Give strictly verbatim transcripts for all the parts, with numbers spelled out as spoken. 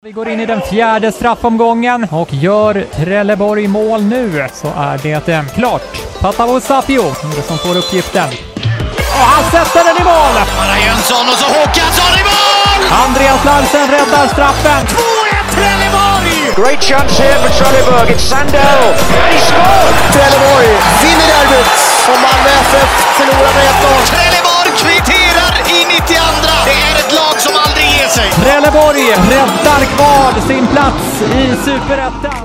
Vi går in i den fjärde straffomgången och gör Trelleborg mål nu så är det eh, klart. Patavo Sapio är det som får uppgiften. Och han sätter den i mål! Mara Jönsson och så Håkansson i mål! Andreas Larsen räddar straffen. två ett Trelleborg! Great chance here for Trelleborg. It's Sandell. And he scored! Trelleborg vinner derbyt och Malmö F F förlorar med ett noll. Trelleborg kvitterar i nittioandra. Det är ett lag som aldrig ger sig. Trelleborg räddar kvar sin plats i Superettan.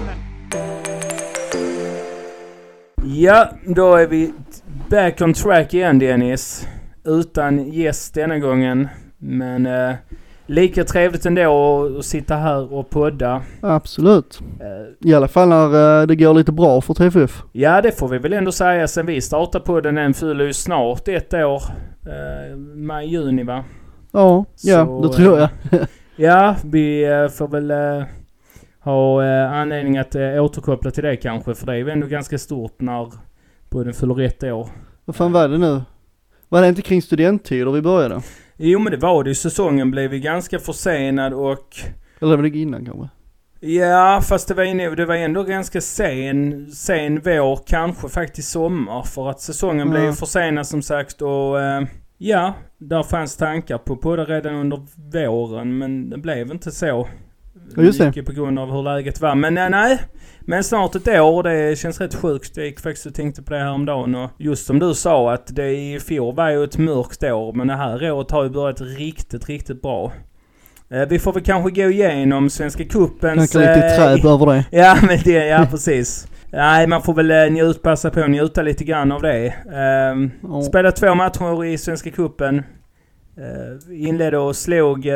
Ja, då är vi back on track igen, Dennis. Utan gäst denna gången. Men eh, lika trevligt ändå att, att sitta här och podda. Absolut. I alla fall när eh, det går lite bra för T F F. Ja, det får vi väl ändå säga. Sen vi startar podden, den fyller ju snart ett år. Eh, maj, juni va? Ja, ja Så, det tror jag. Ja, vi eh, får väl eh, ha eh, anledning att eh, återkoppla till det kanske. För det är ju ändå ganska stort när podden fyller ett år. Vad fan var det nu? Var det inte kring studenttider vi började? Jo, men det var det ju. Säsongen blev ju ganska försenad och... Eller var det innan kanske? Ja, fast det var, inne, det var ändå ganska sen, sen vår, kanske faktiskt sommar. För att säsongen ja. blev försenad som sagt och... Eh, ja, där fanns tankar på på det redan under våren, men det blev inte så. Just det. Mycket på grund av hur läget var. Men nej, nej. Men snart ett år, det känns rätt sjukt. Jag gick faktiskt och tänkte på det här om dagen. Och just som du sa, att det i fjol var ju ett mörkt år. Men det här året har ju börjat riktigt, riktigt bra. Eh, vi får väl kanske gå igenom Svenska Cupens... Jag kan lite träp eh, över det. Ja, men det, ja precis. Nej, man får väl eh, njut, passa på att njuta lite grann av det. Eh, oh. Spela två matcher i Svenska Cupen. Eh, inledde och slog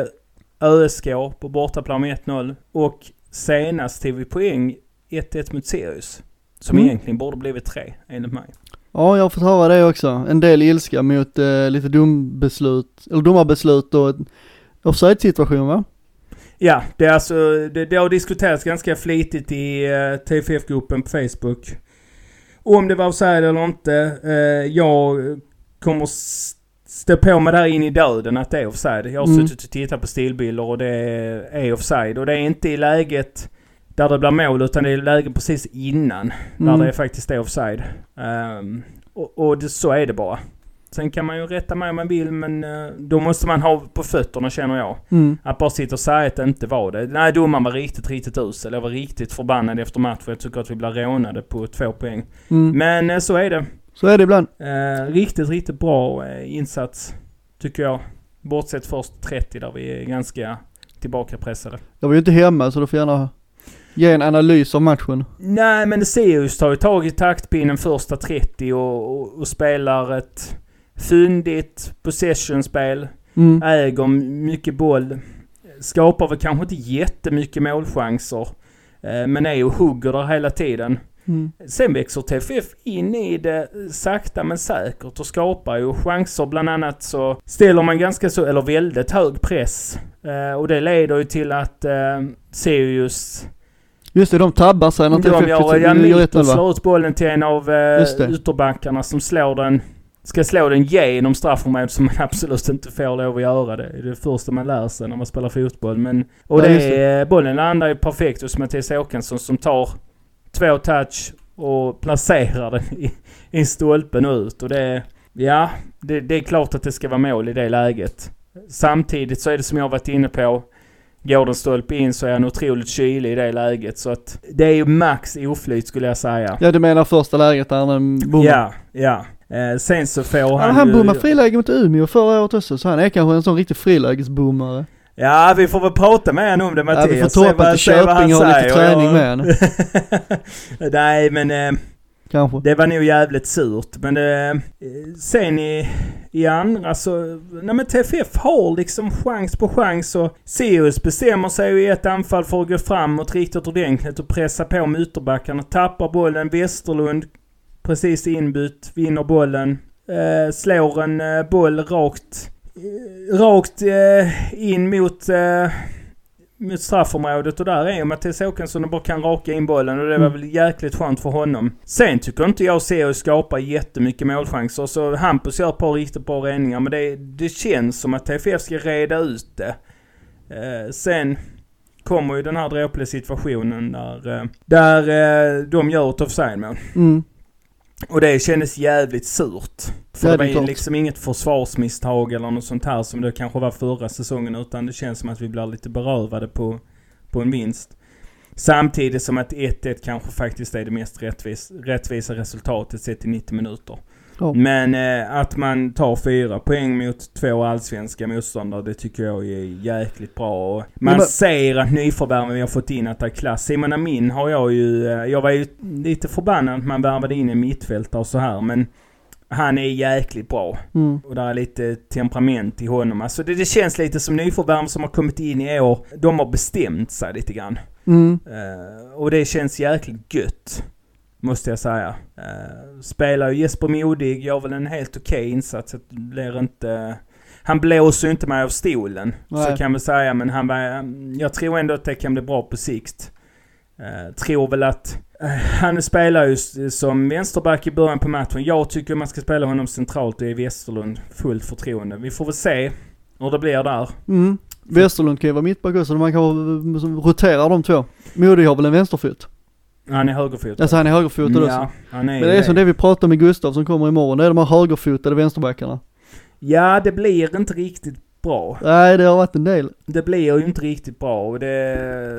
Ö S K på bortaplan med ett noll. Och senast tog vi poäng ett ett mot Sirius. Som mm. egentligen borde blivit tre, enligt mig. Ja, jag har fått höra det också. En del ilska mot eh, lite dumbeslut, eller domarbeslut och offside-situation, va? Ja, det, är alltså, det, det har diskuterats ganska flitigt i uh, T F F-gruppen på Facebook. Om det var offside eller inte. Uh, jag kommer stå på med där in i döden att det är offside. Jag har mm. suttit och tittat på stillbilder och det är offside. Och det är inte i läget där det blir mål, utan det är läget precis innan. Mm. Där det faktiskt är offside. Um, och och det, så är det bara. Sen kan man ju rätta mig om man vill, men uh, då måste man ha på fötterna, känner jag. Mm. Att bara sitta och säga att det inte var det. Nej, domaren var riktigt, riktigt usel. Jag var riktigt förbannad efter matchen. Jag tycker att vi blev rånade på två poäng. Mm. Men uh, så är det. Så är det ibland. Uh, riktigt, riktigt bra uh, insats, tycker jag. Bortsett först trettio där vi är ganska tillbakapressade. Jag var ju inte hemma, så du får gärna ge en analys av matchen. Nej, men det ser just har ju tagit taktpinnen första trettio och, och, och spelar ett fyndigt possessionspel. Mm. Äger mycket boll. Skapar väl kanske inte jättemycket målchanser. Eh, men är ju hugger där hela tiden. Mm. Sen växer T F F in i det sakta men säkert och skapar ju chanser. Bland annat så ställer man ganska så, eller väldigt hög press. Eh, och det leder ju till att eh, Sirius... Just det, de tabbar sig när T F F gör, gör, gör och slår ut bollen till en av eh, ytterbackarna som slår den, ska slå den genom straffområdet, som man absolut inte får lov att göra. Det är det första man lär sig när man spelar fotboll. Men, och ja, det är, bollen landar ju perfekt hos Mattias Håkansson som tar två touch och placerar den i, i stolpen ut. Och det, ja, det, det är klart att det ska vara mål i det läget. Samtidigt så är det som jag har varit inne på, går den stolpe in så är han otroligt kylig i det läget. Så att det är ju max oflyt, skulle jag säga. Ja, du menar första läget där han bommar? Ja, ja. Eh, sen så får han... Ja, han ju... bommar friläge mot Umeå förra året också, så han är kanske en sån riktig frilägesbommare. Ja, vi får väl prata med honom om det, Mattias. Ja, vi får ta på att Köping har lite träning jag... med henne. Nej, men... Eh... Kanske. Det var nog jävligt surt. Men det, sen i, i andra så... Nej, men T F F har liksom chans på chans. Och Sirius bestämmer sig ju i ett anfall för att gå framåt riktigt ordentligt och pressa på med ytterbackarna. Tappar bollen. Westerlund precis inbytt. Vinner bollen. Eh, slår en eh, boll rakt, eh, rakt eh, in mot... Eh, mot straffområdet, och där är ju Mattias Håkansson och bara kan raka in bollen, och det var väl jäkligt skönt för honom. Sen tycker inte jag ser att skapa jättemycket målchanser, så Hampus gör ett par riktigt bra räddningar, men det, det känns som att T F F ska reda ut det. Eh, sen kommer ju den här dråpliga situationen där, där de gör ett offside-mål. Mm. Och det kändes jävligt surt. För ja, det var det ju liksom inget försvarsmisstag eller något sånt här som det kanske var förra säsongen, utan det känns som att vi blir lite berövade på, på en vinst. Samtidigt som att ett ett kanske faktiskt är det mest rättvis, rättvisa resultatet sett i nittio minuter. Oh. Men eh, att man tar fyra poäng mot två allsvenska motståndare, det tycker jag är jäkligt bra. Och man men, ser att nyförvärven vi har fått in att det är klass. Simon Amin har jag ju, jag var ju lite förbannad att man värvade in en mittfältare och så här, men han är jäkligt bra. Mm. Och där är lite temperament i honom. Alltså det, det känns lite som nyförvärv som har kommit in i år. De har bestämt sig lite grann. Mm. Uh, och det känns jäkligt gött, måste jag säga. Uh, spelar ju Jesper Modig, gör väl en helt okej insats. Det blir inte, han blåser ju inte mig av stolen. Nej. Så kan man säga. Men han var, jag tror ändå att det kan bli bra på sikt. Uh, tror väl att uh, han spelar ju som vänsterback i början på matchen. Jag tycker man ska spela honom centralt och i Westerlund. Fullt förtroende. Vi får väl se hur det blir där. Mm. Westerlund kan ju vara mittback också. Man kan rotera de två. Modig har väl en vänsterfot? Han är högerfot. Alltså han är högerfotad ja, också. Han är Men det är det. Som det vi pratar med Gustav som kommer imorgon. Det är de här högerfotade vänsterbackarna. Ja, det blir inte riktigt bra. Nej, det har varit en del. Det blir ju inte riktigt bra. Och det...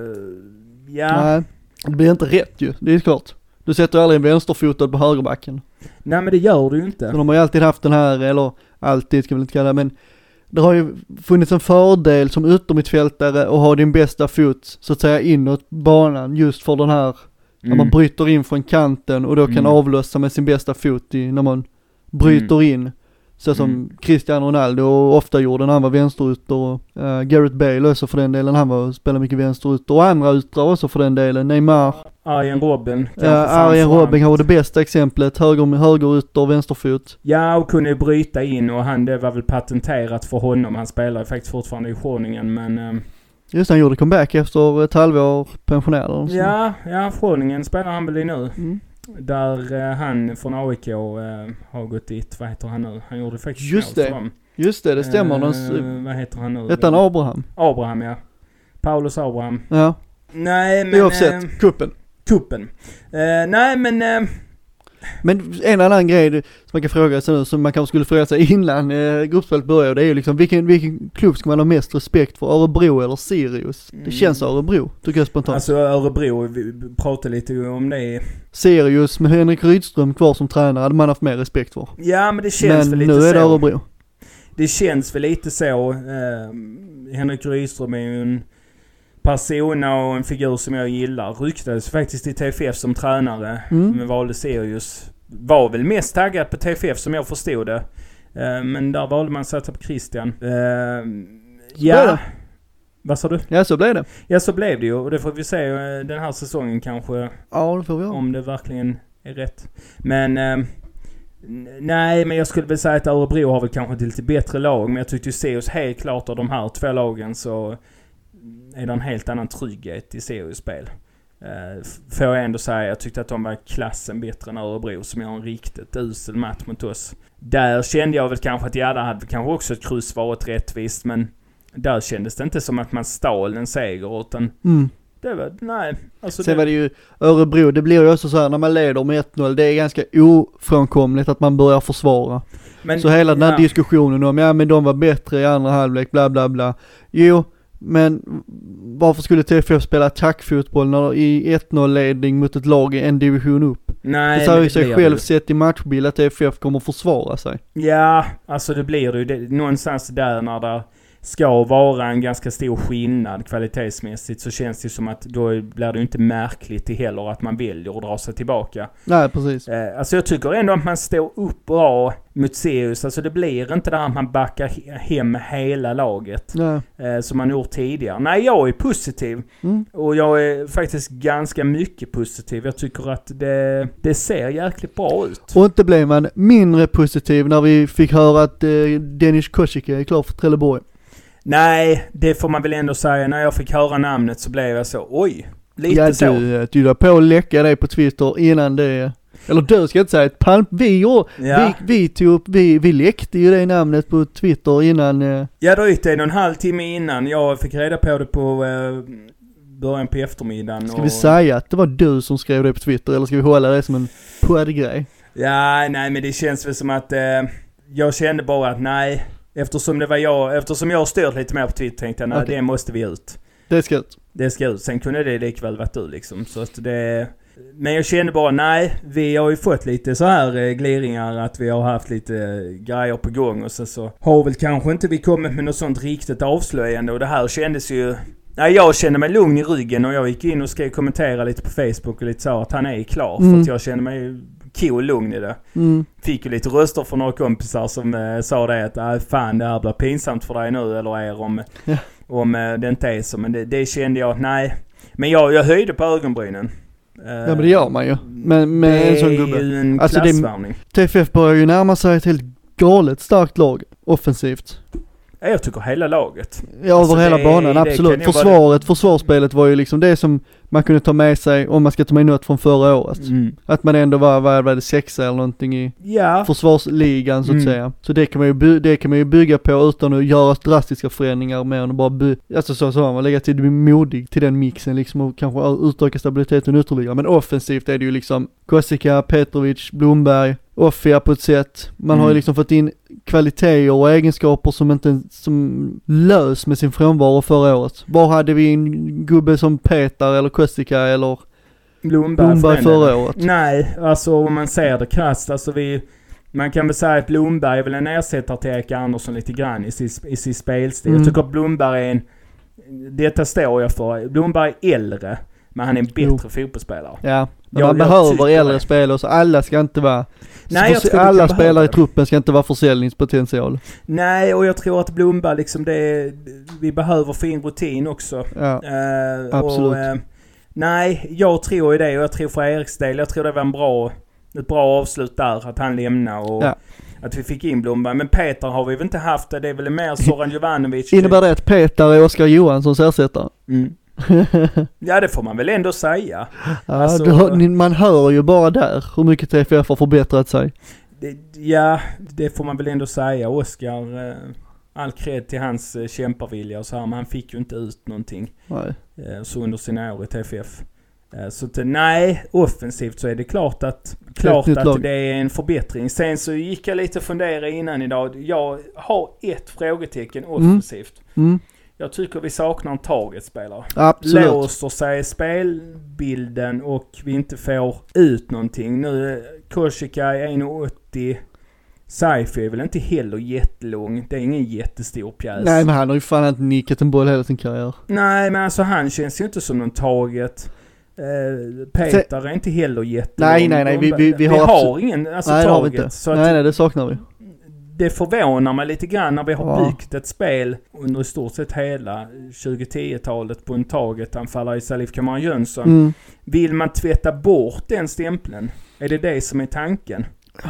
Ja. Nej, det blir inte rätt ju. Det är klart. Du sätter aldrig en vänsterfotad på högerbacken. Nej, men det gör du ju inte. Så de har ju alltid haft den här, eller alltid ska man inte kalla det, men det har ju funnits en fördel som utommittfältare och ha din bästa fot så att säga inåt banan just för den här, mm. när man bryter in från kanten och då kan mm. avlösa med sin bästa fot i, när man bryter mm. in. Så som mm. Cristiano Ronaldo ofta gjorde när han var vänsterytter och uh, Gareth Bale också för den delen, han var spelade mycket vänsterytter och andra yttrar också för den delen, Neymar. Arjen Robben. Ja, uh, Arjen Robben har det bästa exemplet, höger, högerytter och vänsterfot. Ja, och kunde bryta in och han, det var väl patenterat för honom, han spelar faktiskt fortfarande i Groningen, men... Um... Just han gjorde comeback efter ett halvår pensionerad. Ja, ja, Groningen spelar han väl i nu. Mm. Där uh, han från A I K uh, har gått dit, vad heter han nu? Han gjorde faktiskt just det, dem. just det, det stämmer. Uh, vad heter han nu? Hette han Abraham? Abraham, ja. Paulus Abraham. Ja. Nej, men... Oavsett, uh, kuppen. Kuppen. Uh, nej, men... Uh... Men en annan grej som man kan fråga sig nu, som man kanske skulle fråga sig innan eh, gruppspelet börjar, det är ju liksom vilken, vilken klubb ska man ha mest respekt för, Örebro eller Sirius? Det känns Örebro, tycker jag spontant. Alltså Örebro, vi pratar lite om det. Sirius med Henrik Rydström kvar som tränare hade man haft mer respekt för. Ja, men det känns men väl lite så. Men nu är det så. Örebro. Det känns väl lite så. Eh, Henrik Rydström är ju en person och en figur som jag gillar. Ryktades faktiskt i T F F som tränare, mm. men valde Sirius. Var väl mest taggad på T F F som jag förstod det. Uh, men där valde man att sätta på Christian. Uh, ja. Vad sa du? Ja, så blev det. Ja, så blev det ju. Och det får vi se uh, den här säsongen kanske. Ja, det får vi ha. Om det verkligen är rätt. Men uh, nej, men jag skulle väl säga att Örebro har väl kanske ett lite bättre lag. Men jag tyckte ju Sirius helt klart av de här två lagen så är det en helt annan trygghet i Sirius spel. Uh, får jag ändå säga, jag tyckte att de var klassen bättre än Örebro som har en riktigt usel match mot oss. Där kände jag väl kanske att ja, där hade kanske också ett kryss varit rättvist, men där kändes det inte som att man stal en seger, utan mm. det var, nej. Alltså Sen det... var det ju Örebro, det blir ju också så här när man leder med ett noll, det är ganska ofrånkomligt att man börjar försvara. Men, så hela den här ja. diskussionen om, ja men de var bättre i andra halvlek, bla bla bla. Jo, men varför skulle T F F spela attackfotboll när i ett noll-ledning mot ett lag i en division upp? Nej, det säger sig själv sett i matchbild att T F F kommer försvara sig. Ja, alltså det blir ju det, någonstans där när det ska vara en ganska stor skillnad kvalitetsmässigt, så känns det som att då blir det inte märkligt i heller att man väljer att dra sig tillbaka. Nej, precis. Eh, alltså jag tycker ändå att man står upp bra mot Sirius. Alltså det blir inte där att man backar hem hela laget eh, som man gjort tidigare. Nej, jag är positiv. Mm. Och jag är faktiskt ganska mycket positiv. Jag tycker att det, det ser jäkligt bra ut. Och inte blev man mindre positiv när vi fick höra att eh, Dennis Kosicki är klar för Trelleborg. Nej, det får man väl ändå säga. När jag fick höra namnet så blev jag så, oj, lite ja, så. Du, du var på att läcka dig på Twitter innan det... Eller du ska inte säga ett palm. Vi, och, ja. vi, vi tog upp, vi, vi läckte ju det namnet på Twitter innan... Eh. Ja, drygt en och en halv timme innan. Jag fick reda på det på... Eh, början på eftermiddagen. Ska och... vi säga att det var du som skrev det på Twitter eller ska vi hålla det som en podd-grej? Ja, nej men det känns väl som att eh, jag kände bara att nej, eftersom det var jag, eftersom jag har styrt lite mer på Twitter tänkte jag nej, okay. Det måste vi ut. Det ska ut. Det ska ut. Sen kunde det likväl varit du liksom. Så att det... Men jag kände bara nej, vi har ju fått lite så här eh, gliringar att vi har haft lite eh, grejer på gång och så, så har väl kanske inte vi kommit med något sånt riktigt avslöjande och det här kändes ju... Nej, jag kände mig lugn i ryggen och jag gick in och skrev kommentera lite på Facebook och lite så att han är klar mm. för att jag kände mig cool lugn i det. Mm. Fick ju lite röster från några kompisar som eh, sa det att ah, fan det här blir pinsamt för dig nu eller er om, ja. om eh, det inte är så. Men det, det kände jag, nej. Men jag, jag höjde på ögonbrynen. Eh, ja men det gör man ju. Men, med det en sån gubbe. är ju en alltså klassvärvning. T F F börjar ju närma sig ett helt galet starkt lag offensivt. Jag tycker hela laget. Ja, alltså över hela det, banan, absolut. Försvaret, bara... försvarsspelet var ju liksom det som man kunde ta med sig om man ska ta med något från förra året. Mm. Att man ändå var, var, var det sexa eller någonting i ja. försvarsligan så att mm. säga. Så det kan, man ju by- det kan man ju bygga på utan att göra drastiska förändringar med och bara by- alltså så sa man lägga till det modig till den mixen liksom och kanske utöka stabiliteten ytterligare. Men offensivt är det ju liksom Kosika, Petrovic, Blomberg, Offia på ett sätt. Man mm. har ju liksom fått in kvaliteter och egenskaper som inte som lös med sin frånvaro förra året. Var hade vi en gubbe som Petar eller Kostika eller Blomberg, Blomberg förra året? Nej, alltså om man ser det krasst, alltså vi man kan väl säga att Blomberg är väl en ersättare till Erik Andersson lite grann i sin, i sin spelstil. Mm. Jag tycker att Blomberg är en detta står jag för. Blomberg är äldre, men han är en bättre jo. fotbollsspelare. Ja, men man behöver äldre spelare så alla ska inte vara Nej, för, alla spelare i truppen ska inte vara försäljningspotential. Nej, och jag tror att Blomberg liksom det är, vi behöver få in rutin också. Ja, uh, absolut. Och, uh, nej, jag tror i det och jag tror för Eriks del, jag tror det var en bra ett bra avslut där att han lämnade och ja. att vi fick in Blomberg. Men Peter har vi väl inte haft det, det är väl mer Zoran Jovanovic. Innebär det att Peter är Oskar Johanssons ersättare? Mm. Ja, det får man väl ändå säga. Ja, alltså, hör, man hör ju bara där hur mycket T F F har förbättrat sig. Det, ja, det får man väl ändå säga. Oskar, eh, all cred till hans eh, kämparvilja och så här, men han fick ju inte ut någonting nej. Eh, så under sina år i T F F. Eh, så till, nej, offensivt så är det klart att, klart att lag. Det är en förbättring. Sen så gick jag lite fundera innan idag. Jag har ett frågetecken offensivt. Mm. Mm. Jag tycker vi saknar en targetspelare. Absolut. Låser sig spelbilden och vi inte får ut någonting. Nu Kosika är en komma åttio. Saifi är väl inte heller jättelång. Det är ingen jättestor pjäs. Nej, men han har ju fan inte nickat en boll hela sin karriär. Nej, men alltså han känns ju inte som någon target. Uh, Peter Så, är inte heller jättelång. Nej, nej, nej. Vi, vi, vi, vi har, har ingen alltså, nej, target. Det har vi inte. Så att, nej, nej, det saknar vi. Det förvånar mig lite grann när vi har ja. byggt ett spel under i stort sett hela tjugo-tio-talet på en targetanfallare i Salif Kamara Jönsson. Mm. Vill man tvätta bort den stämpeln? Är det det som är tanken?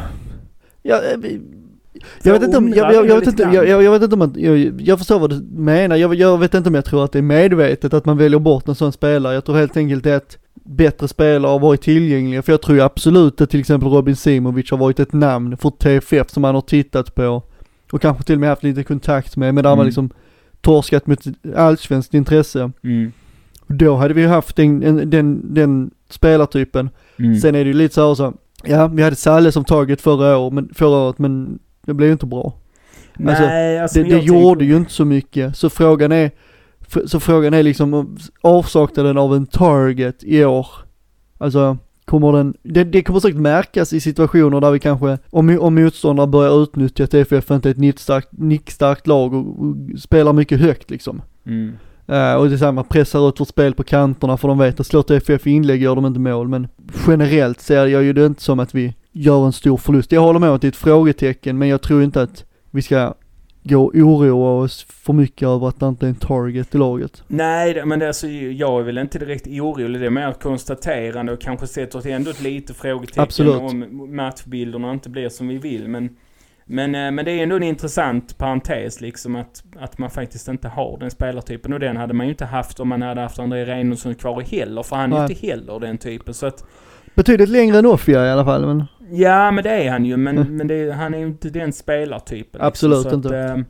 Ja, vi, jag, vet inte om, jag, jag, jag, vet inte, jag, jag, jag vet inte om att, jag, jag förstår vad du menar. Jag, jag vet inte om jag tror att det är medvetet att man väljer bort en sån spelare. Jag tror helt enkelt att bättre spelare har varit tillgängliga. För jag tror ju absolut att till exempel Robin Simovic har varit ett namn för T F F som man har tittat på. Och kanske till och med haft lite kontakt med. Men där mm. man liksom torskat mot allsvenskt intresse. Mm. Och då hade vi ju haft den, den, den, den spelartypen. Mm. Sen är det ju lite så här så. Ja, vi hade Salle som taget förra året, men, förra året, men det blev ju inte bra. Nej, alltså, alltså det, det gjorde tänker... ju inte så mycket. Så frågan är så frågan är liksom avsaknaden av en target i år. Alltså kommer den det, det kommer säkert märkas i situationer där vi kanske om, om motståndare börjar utnyttja T F F inte ett nickstarkt, nickstarkt lag och, och spelar mycket högt liksom. Mm. Uh, och det är samma, pressar ut vårt spel på kanterna för de vet att slår T F F inlägg gör de inte mål, men generellt ser jag ju det inte som att vi gör en stor förlust. Jag håller med att det är ett frågetecken, men jag tror inte att vi ska gå och oroa oss för mycket över att det inte är en target i laget. Nej, men det är alltså, jag är väl inte direkt orolig. Det är mer konstaterande och kanske sätter ändå ett lite frågetecken Absolut. Om matchbilderna inte blir som vi vill, men Men, men det är ändå en intressant parentes liksom att, att man faktiskt inte har den spelartypen, och den hade man ju inte haft om man hade haft André Reinholdsson kvar i heller, för han är ju inte heller den typen. Så att, betydligt längre än Offia i alla fall. Men... Ja, men det är han ju, men, mm. men det, han är ju inte den spelartypen. Absolut liksom, inte. Att, äh,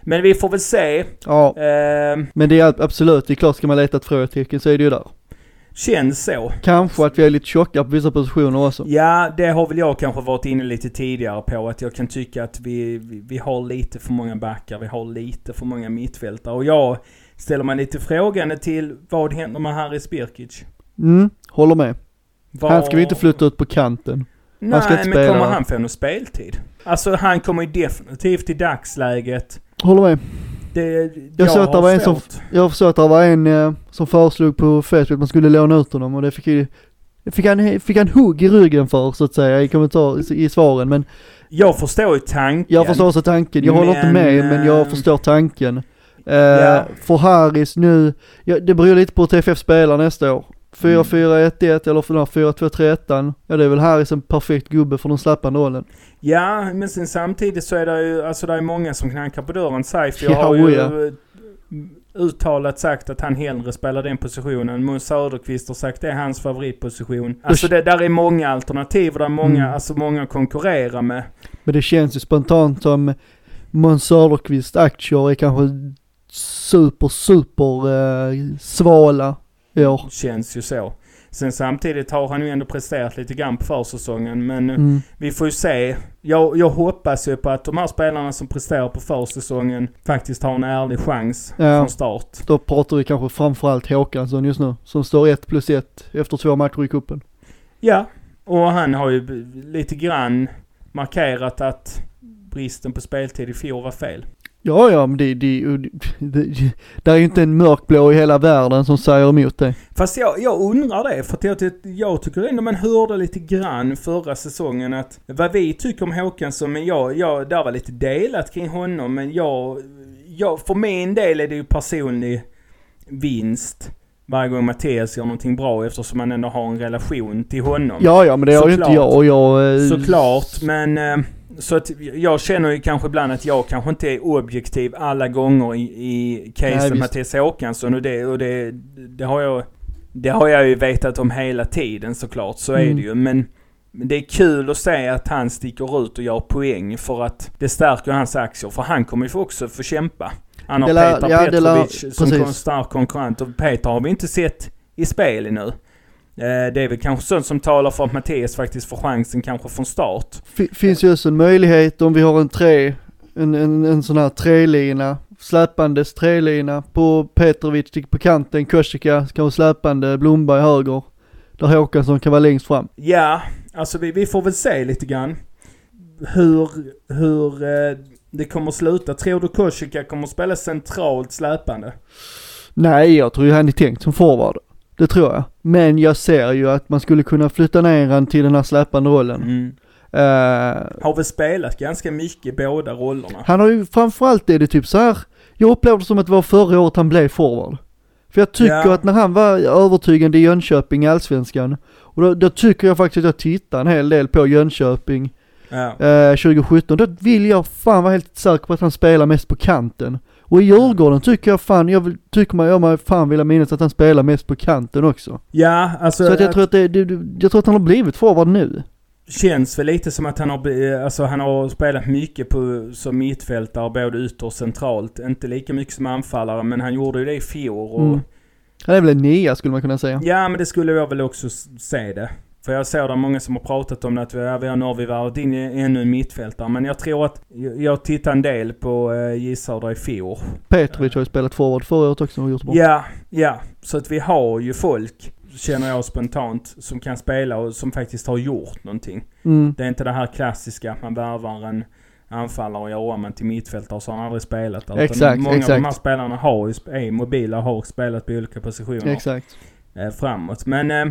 Men vi får väl se. Ja, Eh, men det är absolut, det är klart ska man leta ett frågetecken så är det ju där. känns så. Kanske att vi är lite tjocka på vissa positioner också. Ja, det har väl jag kanske varit inne lite tidigare på. Att jag kan tycka att vi, vi, vi har lite för många backar. Vi har lite för många mittfältare. Och jag ställer mig lite frågande till vad händer med Haris Birkic? Mm, håller med. Var... Han ska vi inte flytta ut på kanten. Nej, ska inte men spela. kommer han få någon speltid? Alltså han kommer ju definitivt i dagsläget. Håller med. Det, Jag såg att det var en som, svårt. jag såg att det var en eh, som föreslog på Facebook att man skulle låna ut honom och det fick ju, det fick han, fick han hugg i ryggen för så att säga i kommentar i, i svaren, men Jag förstår ju tanken. jag förstår också tanken. Jag håller inte Men, med, men jag eh, förstår tanken. Eh, ja. För Haris nu, ja, det beror lite på hur T F F spelar nästa år. fyra fyra ett ett eller för den här fyra två tre ett. Ja, det är väl Haris en perfekt gubbe för den släppande rollen. Ja, men sen samtidigt så är det ju, alltså det är många som knackar på dörren. Saifi Ja, har ju ja. uttalat sagt att han hellre spelar den positionen. Måns Söderqvist har sagt att det är hans favoritposition. Alltså det där är många alternativ och det är många, Mm. alltså många att konkurrera med. Men det känns ju spontant som Måns Söderqvist aktier är kanske super, super eh, svala i år. Känns ju så. Sen samtidigt har han ju ändå presterat lite grann på försäsongen. Men Mm. vi får ju se. Jag, jag hoppas ju på att de här spelarna som presterar på försäsongen faktiskt har en ärlig chans Ja. från start. Då pratar vi kanske framförallt Håkansson just nu, som står ett plus ett efter två matcher i kuppen. Ja, och han har ju b- lite grann markerat att bristen på speltid i fjol var fel. Ja, ja, men det, det, det, det, det är ju inte en mörkblå i hela världen som säger emot det. Fast jag, jag undrar det, för att jag, jag tycker ändå man hörde lite grann förra säsongen att vad vi tycker om Håkansson, men jag, jag där var lite delat kring honom, men jag, jag, för min del är det ju personlig vinst varje gång Mattias gör någonting bra eftersom man ändå har en relation till honom. Ja, ja, men det har ju inte jag och jag... eh, Såklart, men eh, så att jag känner ju kanske ibland att jag kanske inte är objektiv alla gånger i, i casen Nej, visst. Mattias Håkansson och det, och det, det har jag det har jag ju vetat om hela tiden såklart, så Mm. är det ju, men men det är kul att se att han sticker ut och gör poäng för att det stärker hans aktier, för han kommer ju få också få kämpa. Han har Det lär- Petar ja, det lär- Petrovic som precis. en stark konkurrent, och Petar har vi inte sett i spel nu. Eh, det är väl kanske sånt som talar för att Mattias faktiskt får chansen kanske från start. F- finns ju också en möjlighet om vi har en tre, en, en, en sån här trelina, släpandes trelina på Petrovic på kanten, Korsika ska ha släpande, Blomberg höger, där Håkansson kan vara längst fram. Ja, alltså vi, vi får väl se lite grann hur, hur eh, det kommer att sluta. Tror du Korsika kommer att spela centralt släpande? Nej, jag tror ju han är tänkt som forward. Det tror jag. Men jag ser ju att man skulle kunna flytta ner han till den här släpande rollen. Mm. Eh, Har väl spelat ganska mycket i båda rollerna. han har ju framförallt är det typ så här. Jag upplevde det som att det var förra året han blev forward. För jag tycker Ja. att när han var övertygande i Jönköping i Allsvenskan, och då, då tycker jag faktiskt att jag tittar en hel del på Jönköping Ja. eh, tjugo sjutton. Då vill jag fan vara helt säker på att han spelar mest på kanten. Och i Djurgården tycker jag fan, jag vill, tycker man, jag man fan vill minnas att han spelar mest på kanten också. Ja, alltså Så att jag att- tror att det, det, det, jag tror att han har blivit forward nu. känns väl lite som att han har, be- alltså han har spelat mycket på, som mittfältare, både ytter och centralt. Inte lika mycket som anfallare, men han gjorde ju det i fjol. Och, Mm. Han är väl en nia skulle man kunna säga. ja, men det skulle jag väl också s- se det. För jag ser det många som har pratat om det, att vi har, vi har nu vi varit in i ännu en mittfältare. Men jag tror att, jag, jag tittar en del på uh, Gissarda i fjol. Petrovic har ju spelat forward förra året också och gjort bra. Ja, ja. Så att vi har ju folk, känner jag spontant, som kan spela och som faktiskt har gjort någonting. Mm. Det är inte det här klassiska att man värvar en anfallare och gör om man till mittfältare och så har han aldrig spelat. Utan Exakt, många exakt. av de här spelarna har ju, är mobila och har spelat på olika positioner Exakt. eh, framåt. Men eh,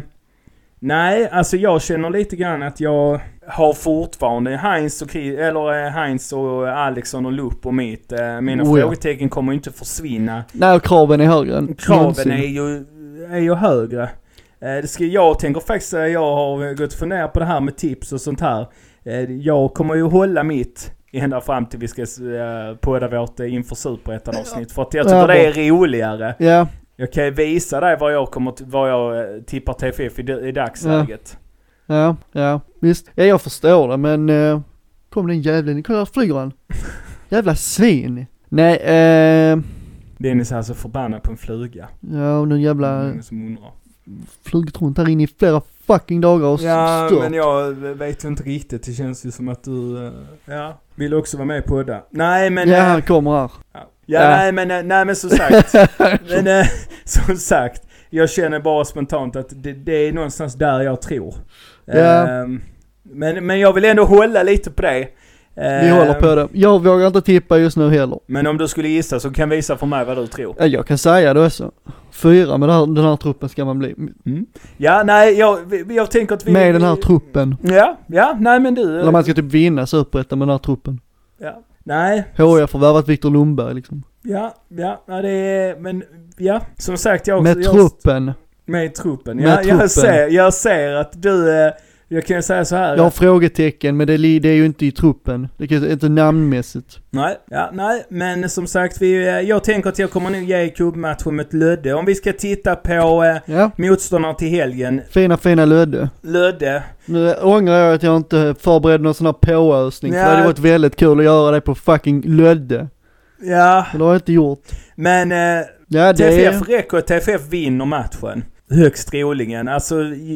nej, alltså jag känner lite grann att jag har fortfarande Heinz och, Ki- eller, eh, Heinz och Alexson och Lupp och mitt. Eh, mina Oh ja. frågetecken kommer ju inte försvinna. Nej, och kraven är högre än Kraven någonsin. är ju, är ju högre. Eh, det ska, jag tänker faktiskt, eh, jag har gått för ner på det här med tips och sånt här. Eh, jag kommer ju hålla mitt ända fram till vi ska eh, podda vårt eh, inför Superettan-avsnitt. För att jag tycker Ja, det är roligare. Ja, Jag kan visa dig vad jag, kommer t- vad jag eh, tippar T F F i, i dagsläget. ja, ja. Visst. Ja, jag förstår det, men... Uh, kom den jävlen, kolla, flyger han. Jävla svin. Nej, eh... Dennis är alltså förbannad på en fluga. Ja, och någon jävla... Ingen som undrar. Flugit runt här inne i flera fucking dagar och Ja, stört. men jag vet inte riktigt. Det känns ju som att du... Ja, vill också vara med på det. Nej, men... Ja, han kommer här. Ja, ja, Ja. Nej, men, nej, men som sagt. men, äh, som sagt. Jag känner bara spontant att det, det är någonstans där jag tror. Ja. Uh, men, men jag vill ändå hålla lite på det. Vi uh, håller på det. Jag vågar inte tippa just nu heller. Men om du skulle gissa så kan visa för mig vad du tror. Ja, jag kan säga det också. Fyra med den här, den här truppen ska man bli. Mm. Ja, nej, jag, jag tänker att vi... Med den här truppen. Ja, ja, nej men du... Eller man ska typ vinna Superettan med den här truppen. Ja, nej. H I F har förvärvat Viktor Lundberg liksom. Ja, ja, ja, det är... Men, ja, som sagt, jag... Med jag, truppen. Med truppen. Med Ja, truppen. Jag, ser, jag ser att du... Eh, jag kan säga så här. Jag har frågetecken, men det, det är ju inte i truppen. Det är inte namnmässigt. Nej, ja, nej, men som sagt, vi, jag tänker att jag kommer nog ge kubbmatchen med ett Lödde. Om vi ska titta på eh, Ja. motståndare till helgen. Fina, fina Lödde. Lödde. Nu ångrar jag att jag inte förberedde någon sån här påösning. Ja. För det hade varit väldigt kul att göra det på fucking Lödde. Ja, Men det har jag inte gjort. men eh, Ja, det T F är... F räcker att T F F vinner matchen. Högst troligen. Alltså,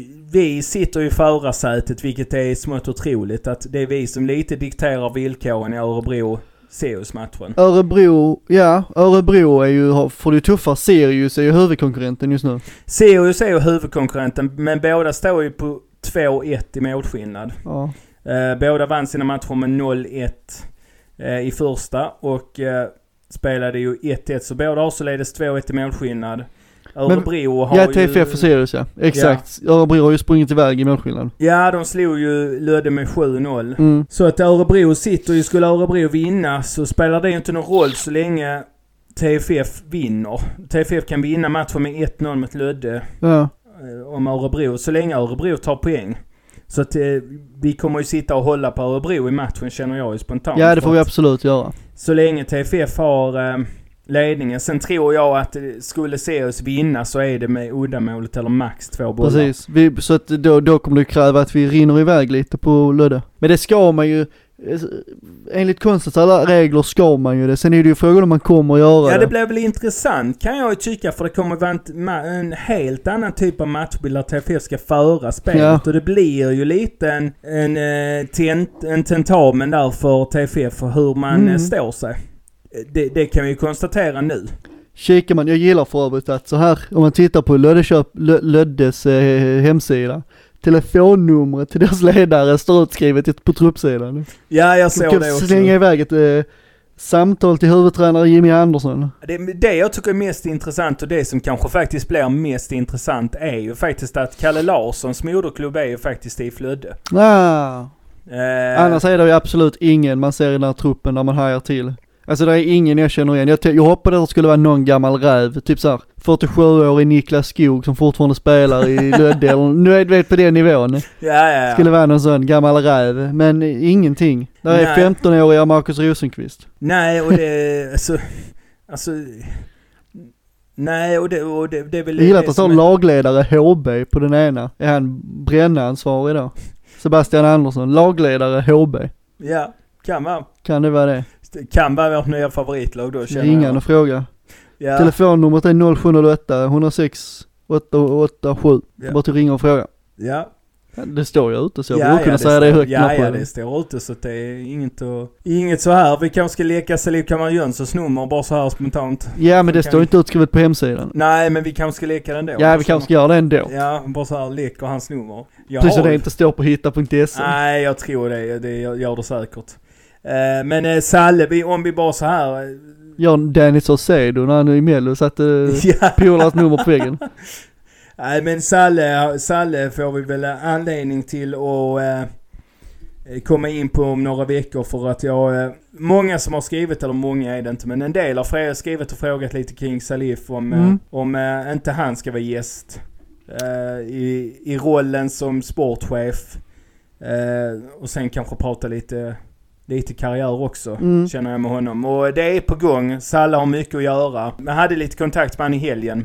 vi sitter i förarsätet, vilket är smått otroligt. Att det är vi som lite dikterar villkoren i Örebro Sirius-matchen. Örebro, ja, Örebro är ju, får du tuffare. Sirius är ju huvudkonkurrenten just nu. Sirius är ju huvudkonkurrenten, men båda står ju på två ett i målskillnad. Ja. Eh, båda vann sina matcher med noll ett eh, i första och eh, spelade ju ett ett, så båda har således två ett i målskillnad. Örebro har Ja, T F F ju... och Sirius, ja. Exakt. Ja. Örebro har ju sprungit iväg i målskillnad. Ja, de slog ju Lödde med sju noll. Mm. Så att Örebro sitter ju, skulle Örebro vinna så spelar det ju inte någon roll så länge T F F vinner. T F F kan vinna matchen med ett noll mot Lödde Ja. eh, om Örebro, så länge Örebro tar poäng. Så att eh, vi kommer ju sitta och hålla på Örebro i matchen, känner jag ju spontant. Ja, det får vi absolut göra. Så länge T F F har eh, ledningen. Sen tror jag att skulle Sirius vinna så är det med uddamålet eller max två bollar. Precis. Vi, så att då, då kommer det kräva att vi rinner iväg lite på Lödde. Men det ska man ju, enligt konstens alla regler ska man ju det. Sen är det ju frågan om man kommer att göra det. Ja, det blir väl intressant kan jag ju tycka, för det kommer vara en, en helt annan typ av matchbild där T F F ska föra spelet. Ja. Och det blir ju lite en, en, en, tent, en tentamen där för T F F och hur man Mm. står sig. Det, det kan vi ju konstatera nu. Kikar man, jag gillar för övrigt att så här, om man tittar på Löddeköp, Lö, Löddes eh, hemsida, telefonnumret till deras ledare står utskrivet på truppsidan. Ja, jag Du såg kan det också. slänga iväg ett eh, samtal till huvudtränare Jimmy Andersson. Det, det jag tycker är mest intressant, och det som kanske faktiskt blir mest intressant, är ju faktiskt att Kalle Larssons moderklubb är ju faktiskt i Flödde. Ah. Eh, Annars är det ju absolut ingen man ser i den här truppen där man hajar till. Alltså det är ingen jag känner igen. Jag, t- jag hoppade att det skulle vara någon gammal räv. Typ såhär fyrtiosjuårig Niklas Skog som fortfarande spelar i Lödde. Eller, nu är det på den nivån. ja, ja, ja. Skulle vara någon sån gammal räv. Men ingenting. Där är Nej. femtonåriga Marcus Rosenqvist. Nej, och det... alltså... alltså nej, och det, och det, det är väl... Jag gillar att det det står som är- lagledare H B på den ena. Är han brännansvarig då? Sebastian Andersson, lagledare H B. Ja, kan vara. Kan det vara det? Kan vara vårt nya favoritlag då, känner Ingen jag. att fråga. Ja, Telefonnumret är noll sju noll åtta ett noll sex åtta åtta sju. Ja. Bara till ringa och fråga. ja. Det står ju ute så jag Ja, borde ja, kunna säga det står- högt. Ja, knappen. ja, det står ute så att det är inget, att, inget så här. Vi kanske ska leka Salif Kamar Jönssons nummer bara så här spontant. Ja, men det kan står vi- inte utskrivet på hemsidan. Nej, men vi kanske ska leka den då. Ja, vi kanske ska göra det ändå. Ja, bara så här leker hans nummer. Jag Precis så har det ju- inte står på hitta punkt se. Nej, jag tror det. Det gör det säkert. Eh, men eh, Salle, vi, om vi bara så här... eh, Gör Danny Saucedo när han är i Mello och satte ja. Polars nummer på väggen. Nej, men Salle, Salle får vi väl anledning till att eh, komma in på om några veckor, för att jag... Eh, många som har skrivit, eller många är det inte, men en del har skrivit och frågat lite kring Salif om, Mm. eh, om eh, inte han ska vara gäst eh, i, i rollen som sportchef. Eh, och sen kanske prata lite... Lite karriär också, Mm. känner jag med honom. Och det är på gång. Salla har mycket att göra. Jag hade lite kontakt med han i helgen. Mm.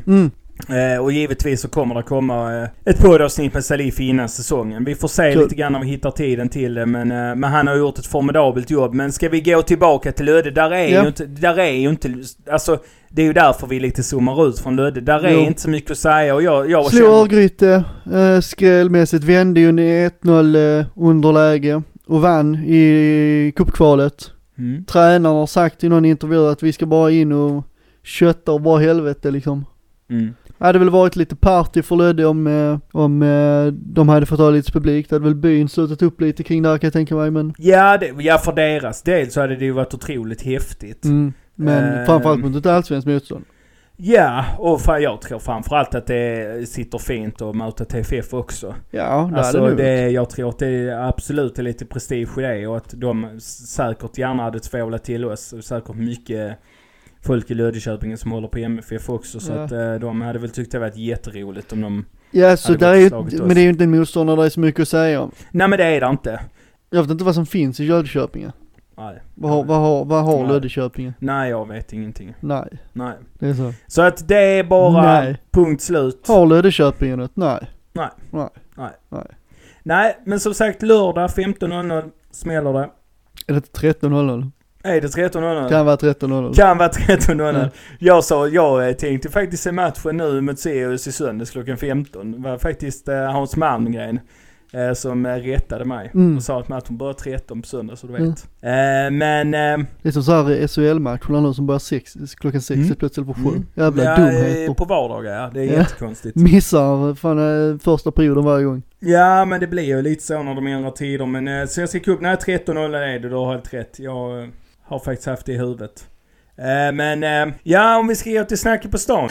Eh, och givetvis så kommer det komma eh, ett poddavsnitt med Salif innan säsongen. Vi får se cool. lite grann när vi hittar tiden till det. Men, eh, men han har gjort ett formidabelt jobb. Men ska vi gå tillbaka till Lödde? Där är, ja. ju, inte, där är ju inte... Alltså, det är ju därför vi lite zoomar ut från Lödde. Där är jo. inte så mycket att säga. Och jag, jag Slå Örgryte, äh, skrällmässigt vände ju ett noll äh, underläge och vann i cupkvalet. Mm. Tränaren har sagt i någon intervju att vi ska bara in och kötta och bara helvete liksom. Mm. Det hade väl varit lite party för Lödde om, eh, om eh, de hade fått ha lite publik. Det hade väl byn slutat upp lite kring där kan jag tänka mig. Men... Ja, det, ja, för deras del så hade det ju varit otroligt häftigt. Mm. Men uh, framförallt mot ett allsvenskt motstånd. Ja, och för, jag tror framförallt att det sitter fint att möta T F F också. Ja, det alltså, hade det, jag tror att det är absolut är lite prestige i det och att de säkert gärna hade tvålat till oss. Och säkert mycket folk i Löddeköpingen som håller på M F F också. Så ja. att uh, de hade väl tyckt det var jätteroligt om de ja, så där är ju, men det är ju inte en motståndare det är så mycket att säga om. Nej, men det är det inte. Jag vet inte vad som finns i Löddeköpingen. Nej. Vad har, vad har, vad har Löddeköpingen? Nej, jag vet ingenting. Nej. Nej. Det är så. Så att det är bara Nej. punkt slut. Har Löddeköpingen något? Nej. Nej. Nej. Nej. Nej. Nej, men som sagt lördag femton noll noll smäller det. Är det tretton noll noll? Nej, det är tretton noll noll. Kan vara tretton noll noll. Kan vara tretton noll noll. Mm. Jag sa, jag tänkte faktiskt se matchen nu mot Sirius i söndags klockan femton. Det var faktiskt uh, Hans Malmgren uh, som uh, rättade mig. Mm. Och sa att matchen börjar tretton på söndag så du vet. Mm. Uh, men... Uh, det är som så här S H L-matcherna nu som börjar sex, klockan sex mm. plötsligt på sju. Mm. Jävla ja, dumheter. På vardagar, ja. Det är ja. jättekonstigt. Missar fan uh, första perioden varje gång. Ja, men det blir ju lite så när de ändrar tider. Men uh, så jag ska upp när tretton noll är det, då har jag rätt. Jag... Uh, har faktiskt haft det i huvudet. Uh, men uh, ja, om vi ska gå till snacket på stan.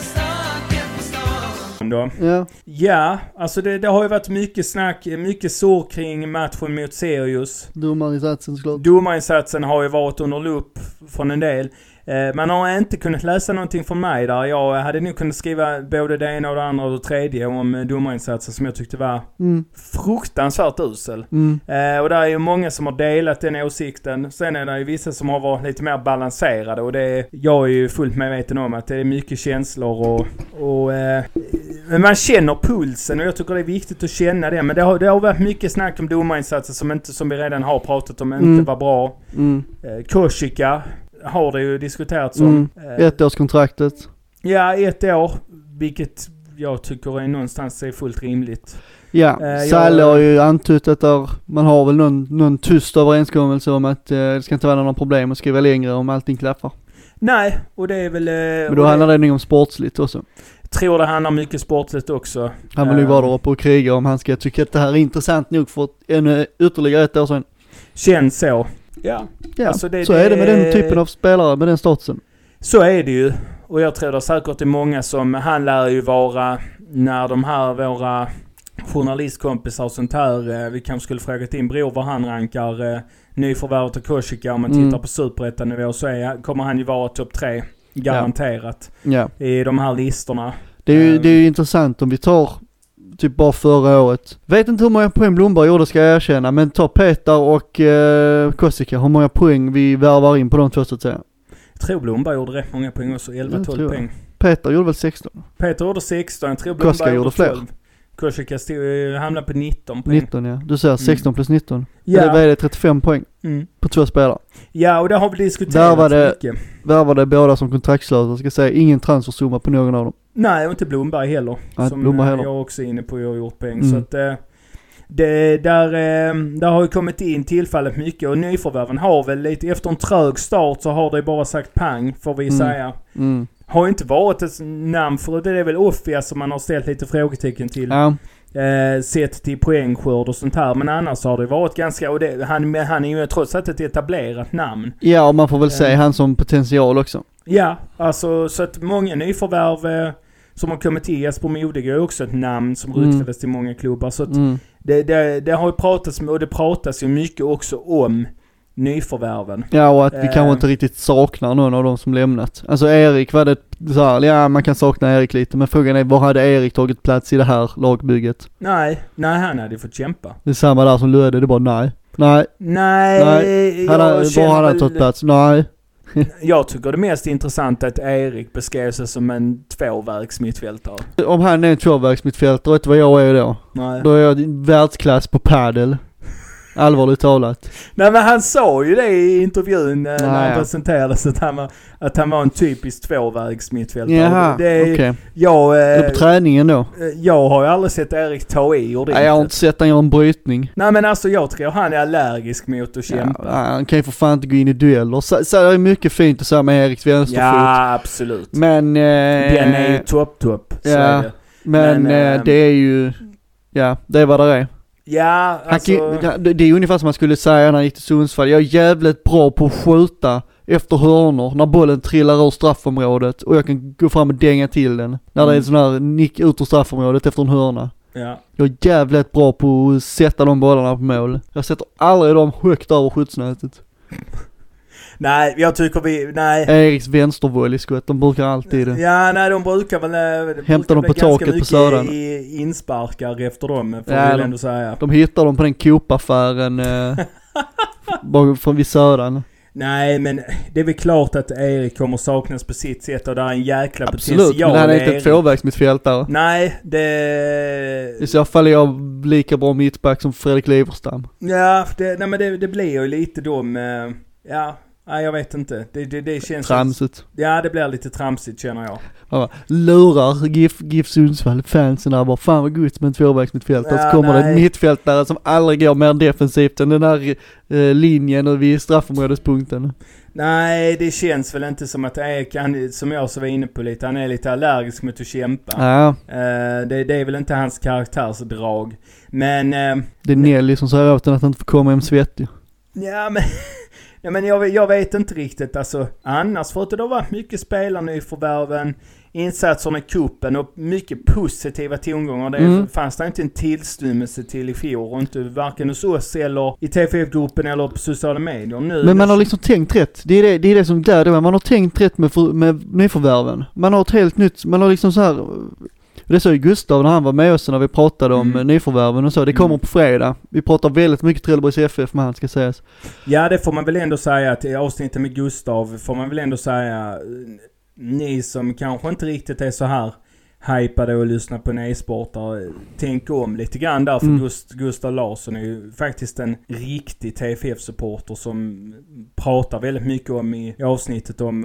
Då. Ja. Ja, alltså det, det har ju varit mycket snack, mycket så kring matchen mot Sirius. Domarinsatsen såklart. Domarinsatsen har ju varit under lupp från en del. Eh, man har inte kunnat läsa någonting från mig där. Jag hade nog kunnat skriva både det ena och det andra och det tredje om domarinsatsen som jag tyckte var mm. fruktansvärt usel. Mm. Eh, och det är ju många som har delat den åsikten. Sen är det ju vissa som har varit lite mer balanserade och det är, jag är ju fullt medveten om att det är mycket känslor och, och eh, man känner pulsen och jag tycker det är viktigt att känna det. Men det har, det har varit mycket snack om domarinsatser som, inte, som vi redan har pratat om inte mm. var bra. Mm. Eh, Korsika har det ju diskuterats om. Mm. Ettårskontraktet. Ja, ett år. Vilket jag tycker är någonstans är fullt rimligt. Ja, eh, Salle jag... har ju antytt att där, man har väl någon, någon tyst överenskommelse om att eh, det ska inte vara några problem att skriva längre om allting klaffar. Nej, och det är väl... Eh, Men då handlar det nog om sportsligt också. Tror det handlar mycket sportsligt också. Han vill ju vara där uppe och kriga om han ska tycka att det här är intressant nog för ännu ytterligare ett år sedan. Känns så. Ja, ja alltså det, så det, är det med den typen av spelare, med den statusen. Så är det ju. Och jag tror det säkert är många som, han lär ju vara, när de här våra journalistkompisar och sånt här, vi kanske skulle frågat in Bror vad han rankar eh, nyförvärvet av Korsika om man mm. tittar på superettanivå så är, kommer han ju vara topp tre, garanterat, ja. Ja. i de här listorna. Det är ju, det är ju intressant om vi tar typ bara förra året. Vet inte hur många poäng Blomberg gjorde ska jag erkänna, men ta Peter och eh, Korsika, hur många poäng vi värvar in på de två så att säga. Jag tror Blomberg gjorde rätt många poäng också, elva tolv poäng. Peter gjorde väl sexton? Peter gjorde sexton, jag tror Blomberg gjorde fler. Korsika hamnade på nitton poäng. nitton, ja. Du säger sexton mm. plus nitton. Ja. Det var det trettiofem poäng mm. på två spelare. Ja, och det har vi diskuterat där var det, mycket. Där var det båda som kontraktslösa, ska säga. Ingen transfersumma på någon av dem. Nej, och inte Blomberg heller. Nej, som Blomberg heller. Jag också är inne på, jag har gjort poäng. Mm. Så att eh, det, där, eh, där har ju kommit in tillfället mycket. Och nyförvärven har väl lite, efter en trög start så har det bara sagt pang, får vi mm. säga. Mm. Har inte varit ett namn för det är väl Offia som man har ställt lite frågetecken till. Ja. Eh, sett till poängskörd och sånt här. Men annars har det varit ganska, och det, han, han är ju trots allt ett etablerat namn. Ja, och man får väl eh. säga han som potential också. Ja, alltså så att många nyförvärv eh, som har kommit till, Jesper Modig är också ett namn som mm. ryktades till många klubbar. Så att mm. det, det, det har ju pratats och det pratas ju mycket också om nyförvärven. Ja, och att vi eh. kanske inte riktigt saknar någon av dem som lämnat. Alltså Erik var det så här, ja man kan sakna Erik lite, men frågan är, var hade Erik tagit plats i det här lagbygget? Nej, nej han hade fått kämpa. Det är samma där som Löde, det är bara nej. Nej. Nej. nej. Han hade, var hade han tagit plats? Nej. Jag tycker det mest intressant är att Erik beskrev sig som en tvåvägs mittfältare. Om han är en tvåvägs mittfältare, vet du vad jag är då? Nej. Då är jag världsklass på paddel. Allvarligt talat. Nej, men han sa ju det i intervjun eh, när han ja. presenterades att han, var, att han var en typisk tvåvägs mittfältare. Jaha, okej. Okay. Jag, eh, på träningen då? Jag har ju aldrig sett Erik ta i ordentligt. Nej, jag har inte sett han göra en brytning. Nej, men alltså jag tror han är allergisk mot att kämpa. Ja, han kan ju för fan inte gå in i dueller. Så, så det är mycket fint att säga med Eriks vänsterfot. Ja, absolut. Men... Eh, Den är ju topp-topp. Ja, det. men, men eh, det är ju... Ja, det är vad det är. Ja, alltså... Han, det är ju ungefär som man skulle säga när han gick till Sundsvall. Jag är jävligt bra på att skjuta efter hörnor när bollen trillar ur straffområdet och jag kan gå fram och dänga till den. När mm. det är en sån här nick ut ur straffområdet efter en hörna. Ja. Jag är jävligt bra på att sätta de bollarna på mål. Jag sätter aldrig dem högt över skyddsnätet. Nej, jag tycker vi... Nej. Eriks vänstervolleyskott, de brukar alltid det. Ja, nej, de brukar väl... Hämtar dem på taket på Södern. I insparkar efter dem, får ja, vi de, ändå säga. De hittar dem på den Coop-affären eh, från vid Södern. Nej, men det är väl klart att Erik kommer saknas på sitt sätt och där är en jäkla Absolut, potential. men han är inte ett tvåvägsmittfältare. Nej, det... I så fall är jag lika bra mittback som Fredrik Liverstam. Ja, det, nej, men det, det blir ju lite dom... Ja... Nej, jag vet inte. Det, det, det känns... Tramsigt. Att, ja, det blir lite tramsigt känner jag. Ja, lurar GIF, GIF Sundsvall fansen där bara, fan vad gott med en tvåvägsmittfältare. Ja, så kommer nej. det en mittfältare som aldrig går mer defensivt än den där eh, linjen och vid straffområdespunkten. Nej, det känns väl inte som att Erik, han, som jag så var inne på lite, han är lite allergisk mot att kämpa. Ja. Eh, det, det är väl inte hans karaktärsdrag. Men... Eh, det är Nelly som säger åt den att han inte får komma hem svettig. Ja, men... Ja, men jag, jag vet inte riktigt, alltså annars för att det har varit mycket spelare i förvärven, insatserna i kuppen och mycket positiva tongångar. Det mm. fanns det inte en tillstymmelse till i fjol och inte varken hos oss eller i T F F-gruppen eller på sociala medier. Nu men man har liksom tänkt rätt. Det är det, det, är det som där det var. Man har tänkt rätt med, för, med nyförvärven. Man har ett helt nytt, man har liksom så här... Det sa ju Gustav när han var med oss när vi pratade om mm. nyförvärven och så. Det kommer mm. på fredag. Vi pratar väldigt mycket Trelleborgs F F med han ska sägas. Ja, det får man väl ändå säga att i avsnittet med Gustav får man väl ändå säga ni som kanske inte riktigt är så här hypade och lyssnar på en e-sportare, tänk om lite grann där för mm. Gust- Gustav Larsson är ju faktiskt en riktig T F F-supporter som pratar väldigt mycket om i, i avsnittet om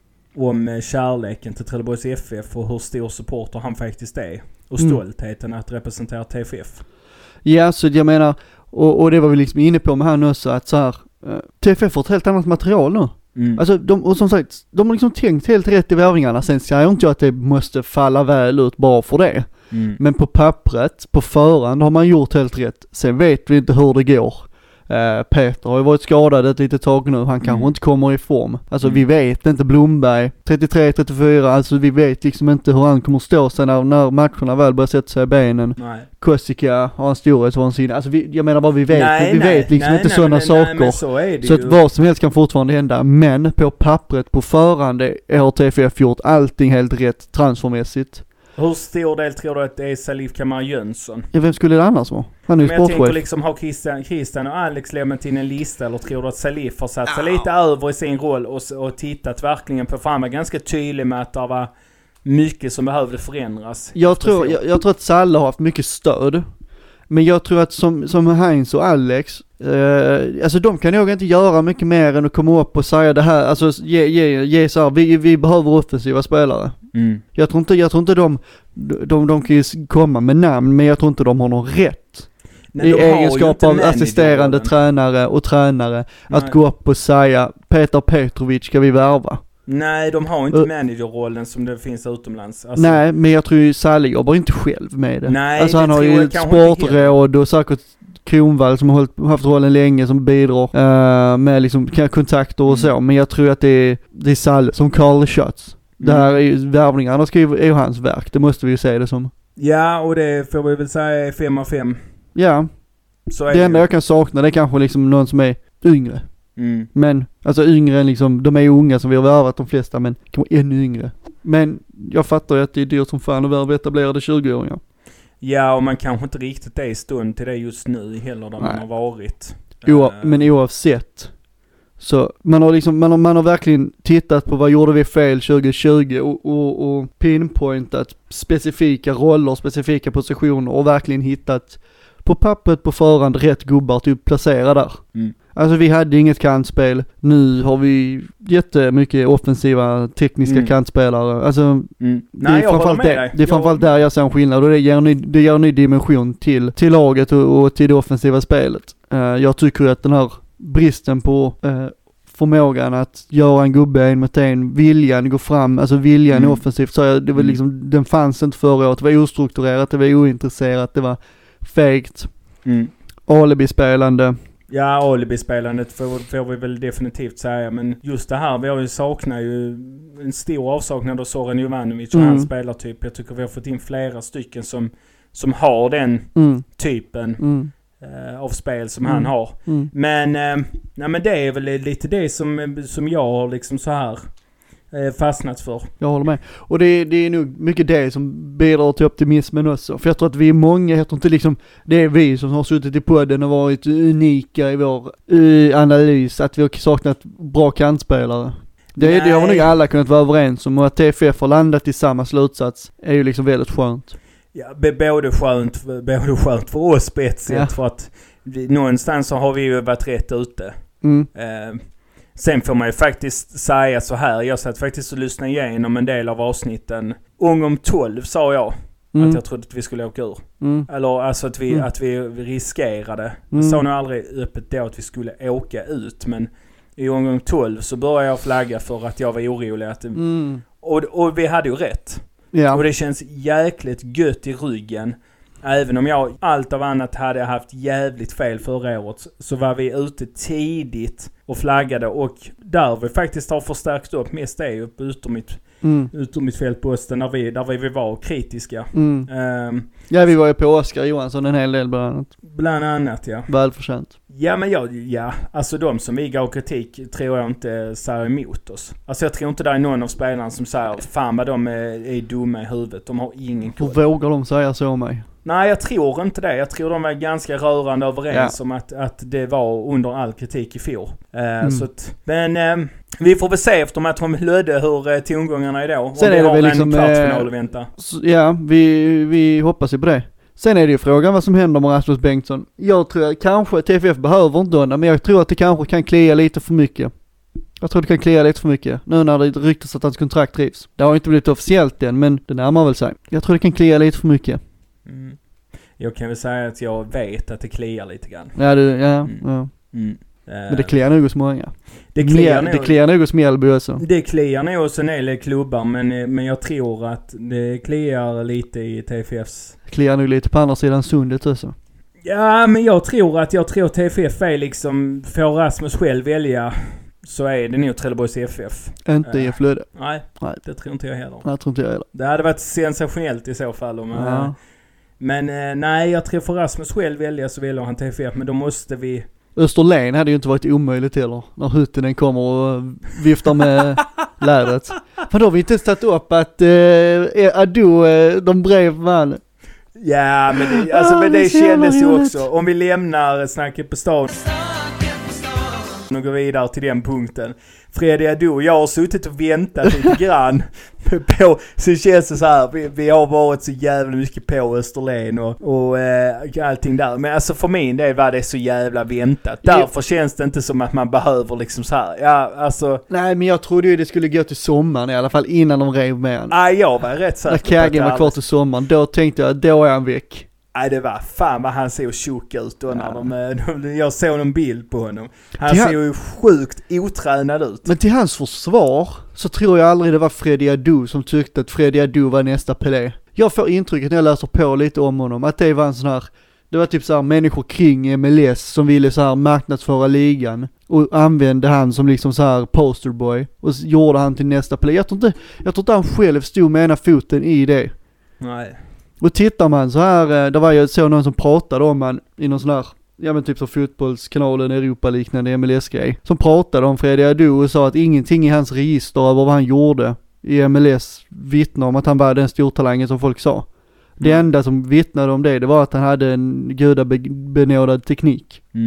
om kärleken till Trelleborgs F F och hur stor supporter han faktiskt är. Och stoltheten mm. att representera T F F. Ja, så jag menar, och, och det var vi liksom inne på med han också, att så här, T F F har ett helt annat material nu. Mm. Alltså, de, och som sagt, de har liksom tänkt helt rätt i värvningarna. Sen säger jag inte att det måste falla väl ut bara för det. Mm. Men på pappret, på förhand har man gjort helt rätt. Sen vet vi inte hur det går. Uh, Peter har ju varit skadad ett litet tag nu. Han kanske mm. inte kommer i form. Alltså mm. vi vet inte. Blomberg trettiotre trettiofyra. Alltså vi vet liksom inte hur han kommer stå sig när, när matcherna väl börjar sätta sig i benen. Nej. Kossika har en storhetsvansinne. Alltså vi, jag menar vad vi vet. Nej, vi nej, vet liksom nej, inte sådana saker. Nej, så är det så att vad som helst kan fortfarande hända. Men på pappret, på förhand har T F F gjort allting helt rätt transfermässigt. Hur stor del tror du att det är Salif Kamar Jönsson? Ja, vem skulle det annars vara? Han är ju sportchef. Jag tänker liksom, har Christian, Christian och Alex lämnat in en lista eller tror du att Salif har satt sig ja. lite över i sin roll och, och tittat verkligen på, för han var ganska tydlig med att det var mycket som behövde förändras? Jag tror, jag, jag tror att Salle har haft mycket stöd. Men jag tror att som, som Heinz och Alex, eh, alltså de kan nog inte göra mycket mer än att komma upp och säga det här, alltså ge, ge, ge så här, vi, vi behöver offensiva spelare. Mm. Jag tror inte, jag tror inte de, de, de kan ju komma med namn, men jag tror inte de har någon rätt. Nej, i egenskap av assisterande tränare och tränare Nej. att gå upp och säga Petar Petrovic ska vi värva. Nej, de har inte uh, managerrollen som det finns utomlands. Alltså, nej, men jag tror ju Salle jobbar inte själv med det. Nej, alltså han har ju ett sportråd och säkert Kronvall som har hållit, haft rollen länge som bidrar uh, med liksom kontakter och mm. så. Men jag tror att det är, det är Salle som Carl Schatz. Mm. Det här är ju värvningarna ska ju, är ju hans verk. Det måste vi ju säga det som. Ja, och det får vi väl säga är fem av fem. Ja. Så är det, det enda jag kan sakna det är kanske liksom någon som är yngre. Mm. Men, alltså yngre än liksom, de är ju unga som vi har värvat de flesta, men kanske ännu yngre. Men jag fattar ju att det är dyrt som fan att värva etablerade tjugo-åringar. Ja, och man kanske inte riktigt är i stund till det just nu heller där Nej. man har varit. O- uh, men oavsett Så man har liksom, man har, man har verkligen tittat på vad gjorde vi fel tjugo tjugo och, och, och pinpointat specifika roller, specifika positioner och verkligen hittat på pappret på förhand rätt gubbar till att placera där. Mm. Alltså vi hade inget kantspel. Nu har vi jättemycket offensiva tekniska mm. kantspelare. Alltså mm. det, Nej, är framförallt det, det är framförallt jag... där jag ser en skillnad och det ger en ny, det ger en ny dimension till, till laget och, och till det offensiva spelet. Uh, jag tycker att den här bristen på uh, förmågan att göra en gubbe en mot en, viljan gå fram, alltså viljan mm. offensivt, så jag, det var liksom, den fanns inte förra året, det var ostrukturerat, det var ointresserat, det var fegt. Mm. Alibi-spelande. Ja, alibi-spelandet får, får vi väl definitivt säga, men just det här, vi har ju saknat ju en stor avsaknad av Zoran Jovanovic och mm. hans spelartyp. Jag tycker vi har fått in flera stycken som, som har den mm. typen mm. Uh, av spel som mm. han har. Mm. Men, uh, nej, men det är väl lite det som, som jag har liksom så här uh, fastnat för. Jag håller med. Och det, det är nog mycket det som bidrar till optimismen också. För jag tror att vi är många, jag tror inte liksom, det är vi som har suttit i podden och varit unika i vår uh, analys, att vi har saknat bra kantspelare. Det, det har nog alla kunnat vara överens om, och att T F F har landat i samma slutsats är ju liksom väldigt skönt. Ja, både skönt, både skönt för oss på ett sätt, ja. För att vi, någonstans så har vi ju varit rätt ute. Mm. Eh, sen får man ju faktiskt säga så här, jag satt faktiskt och lyssnade igenom en del av avsnitten. Ung om tolv sa jag mm. att jag trodde att vi skulle åka ur. Mm. Eller alltså att vi, mm. att vi riskerade. Mm. Jag sa nog aldrig öppet då att vi skulle åka ut, men i ung om tolv så började jag flagga för att jag var orolig. Att, mm. och, och vi hade ju rätt. Ja. Och det känns jäkligt gött i ryggen. Även om jag allt av annat hade haft jävligt fel förra året, så var vi ute tidigt och flaggade, och där vi faktiskt har förstärkt upp mest är upp utom mitt, mm. utom mitt fältposten där vi, där vi var kritiska. Mm. Um, ja, vi var ju på Oskar Johansson en hel del bland annat. Bland annat, ja. Välförtjänt. Ja, men jag, ja, alltså de som vi gav kritik tror jag inte säger emot oss. Alltså jag tror inte det är någon av spelarna som säger fan vad de är, är dumma i huvudet. De har ingen koll. Hur vågar de säga så om mig? Nej, jag tror inte det. Jag tror de var ganska rörande överens ja. om att, att det var under all kritik i fjol. Uh, mm. så att, men uh, vi får väl se efter matchen med Lödde hur uh, tongångarna är då. Sen och vi är det har väl en liksom, kvartsfinal uh, att vänta. Så, ja, vi, vi hoppas ju på det. Sen är det ju frågan vad som händer med Rasmus Bengtsson. Jag tror att kanske T F F behöver inte donna, men jag tror att det kanske kan klia lite för mycket. Jag tror det kan klia lite för mycket. Nu när det ryktas att hans kontrakt drivs. Det har inte blivit officiellt än, men det närmar väl sig. Jag tror det kan klia lite för mycket. Mm. Jag kan väl säga att jag vet att det kliar lite grann. Ja, det, ja, mm. ja. Mm. Men det kliar nog hos många. Det kliar, nog, det kliar nog hos Mjällby också. Det kliar nog hos en del klubbar, men, men jag tror att det kliar lite i T F Fs. Det kliar nog lite på andra sidan sundet också. Ja, men jag tror att jag tror T F F är liksom, får Rasmus själv välja, så är det nog Trelleborgs F F. Inte i Flöde. Uh, nej, nej, det tror inte jag heller. Nej, jag tror inte jag heller. Det hade varit sensationellt i så fall om... Ja. Uh, men uh, nej, jag tror för Rasmus själv välja så väljer han T F F, men då måste vi... Österlen hade ju inte varit omöjligt heller. När Huttinen kommer och viftar med lädret. För då har vi inte tagit upp att eh, Ado, eh, de brev man. Ja, men det, alltså, ah, men det kändes ju också. Om vi lämnar snacket på stan och går vidare till den punkten. Freddy Ado, jag har suttit och väntat lite grann på, så känns det så här, vi, vi har varit så jävla mycket på Österlen och, och äh, allting där, men alltså för min del var det så jävla väntat, därför känns det inte som att man behöver liksom så här, ja alltså. Nej, men jag trodde ju det skulle gå till sommaren i alla fall, innan de rev med han. Nej, jag var rätt säker. När Kaggen var kvar till sommaren, då tänkte jag, då är han väck. Nej, det var fan vad han ser tjock ut då när ja. de, de, jag såg en bild på honom. Han till ser ju sjukt otränad ut. Men till hans försvar så tror jag aldrig det var Freddy Ado som tyckte att Freddy Ado var nästa Pelé. Jag får intrycket när jag läser på lite om honom att det var en sån här, det var typ så här människor kring M L S som ville så här marknadsföra ligan och använde han som liksom så här posterboy och gjorde han till nästa Pelé. Jag tror inte, jag tror inte han själv stod med ena foten i det. Nej. Och tittar man så här, det var ju så någon som pratade om han i någon sån här, ja men typ som fotbollskanalen Europa liknande M L S-grej, som pratade om Freddy Ado och sa att ingenting i hans register över vad han gjorde i M L S vittnar om att han var den stortalangen som folk sa. Mm. Det enda som vittnade om det, det var att han hade en gudabenådad teknik. Mm.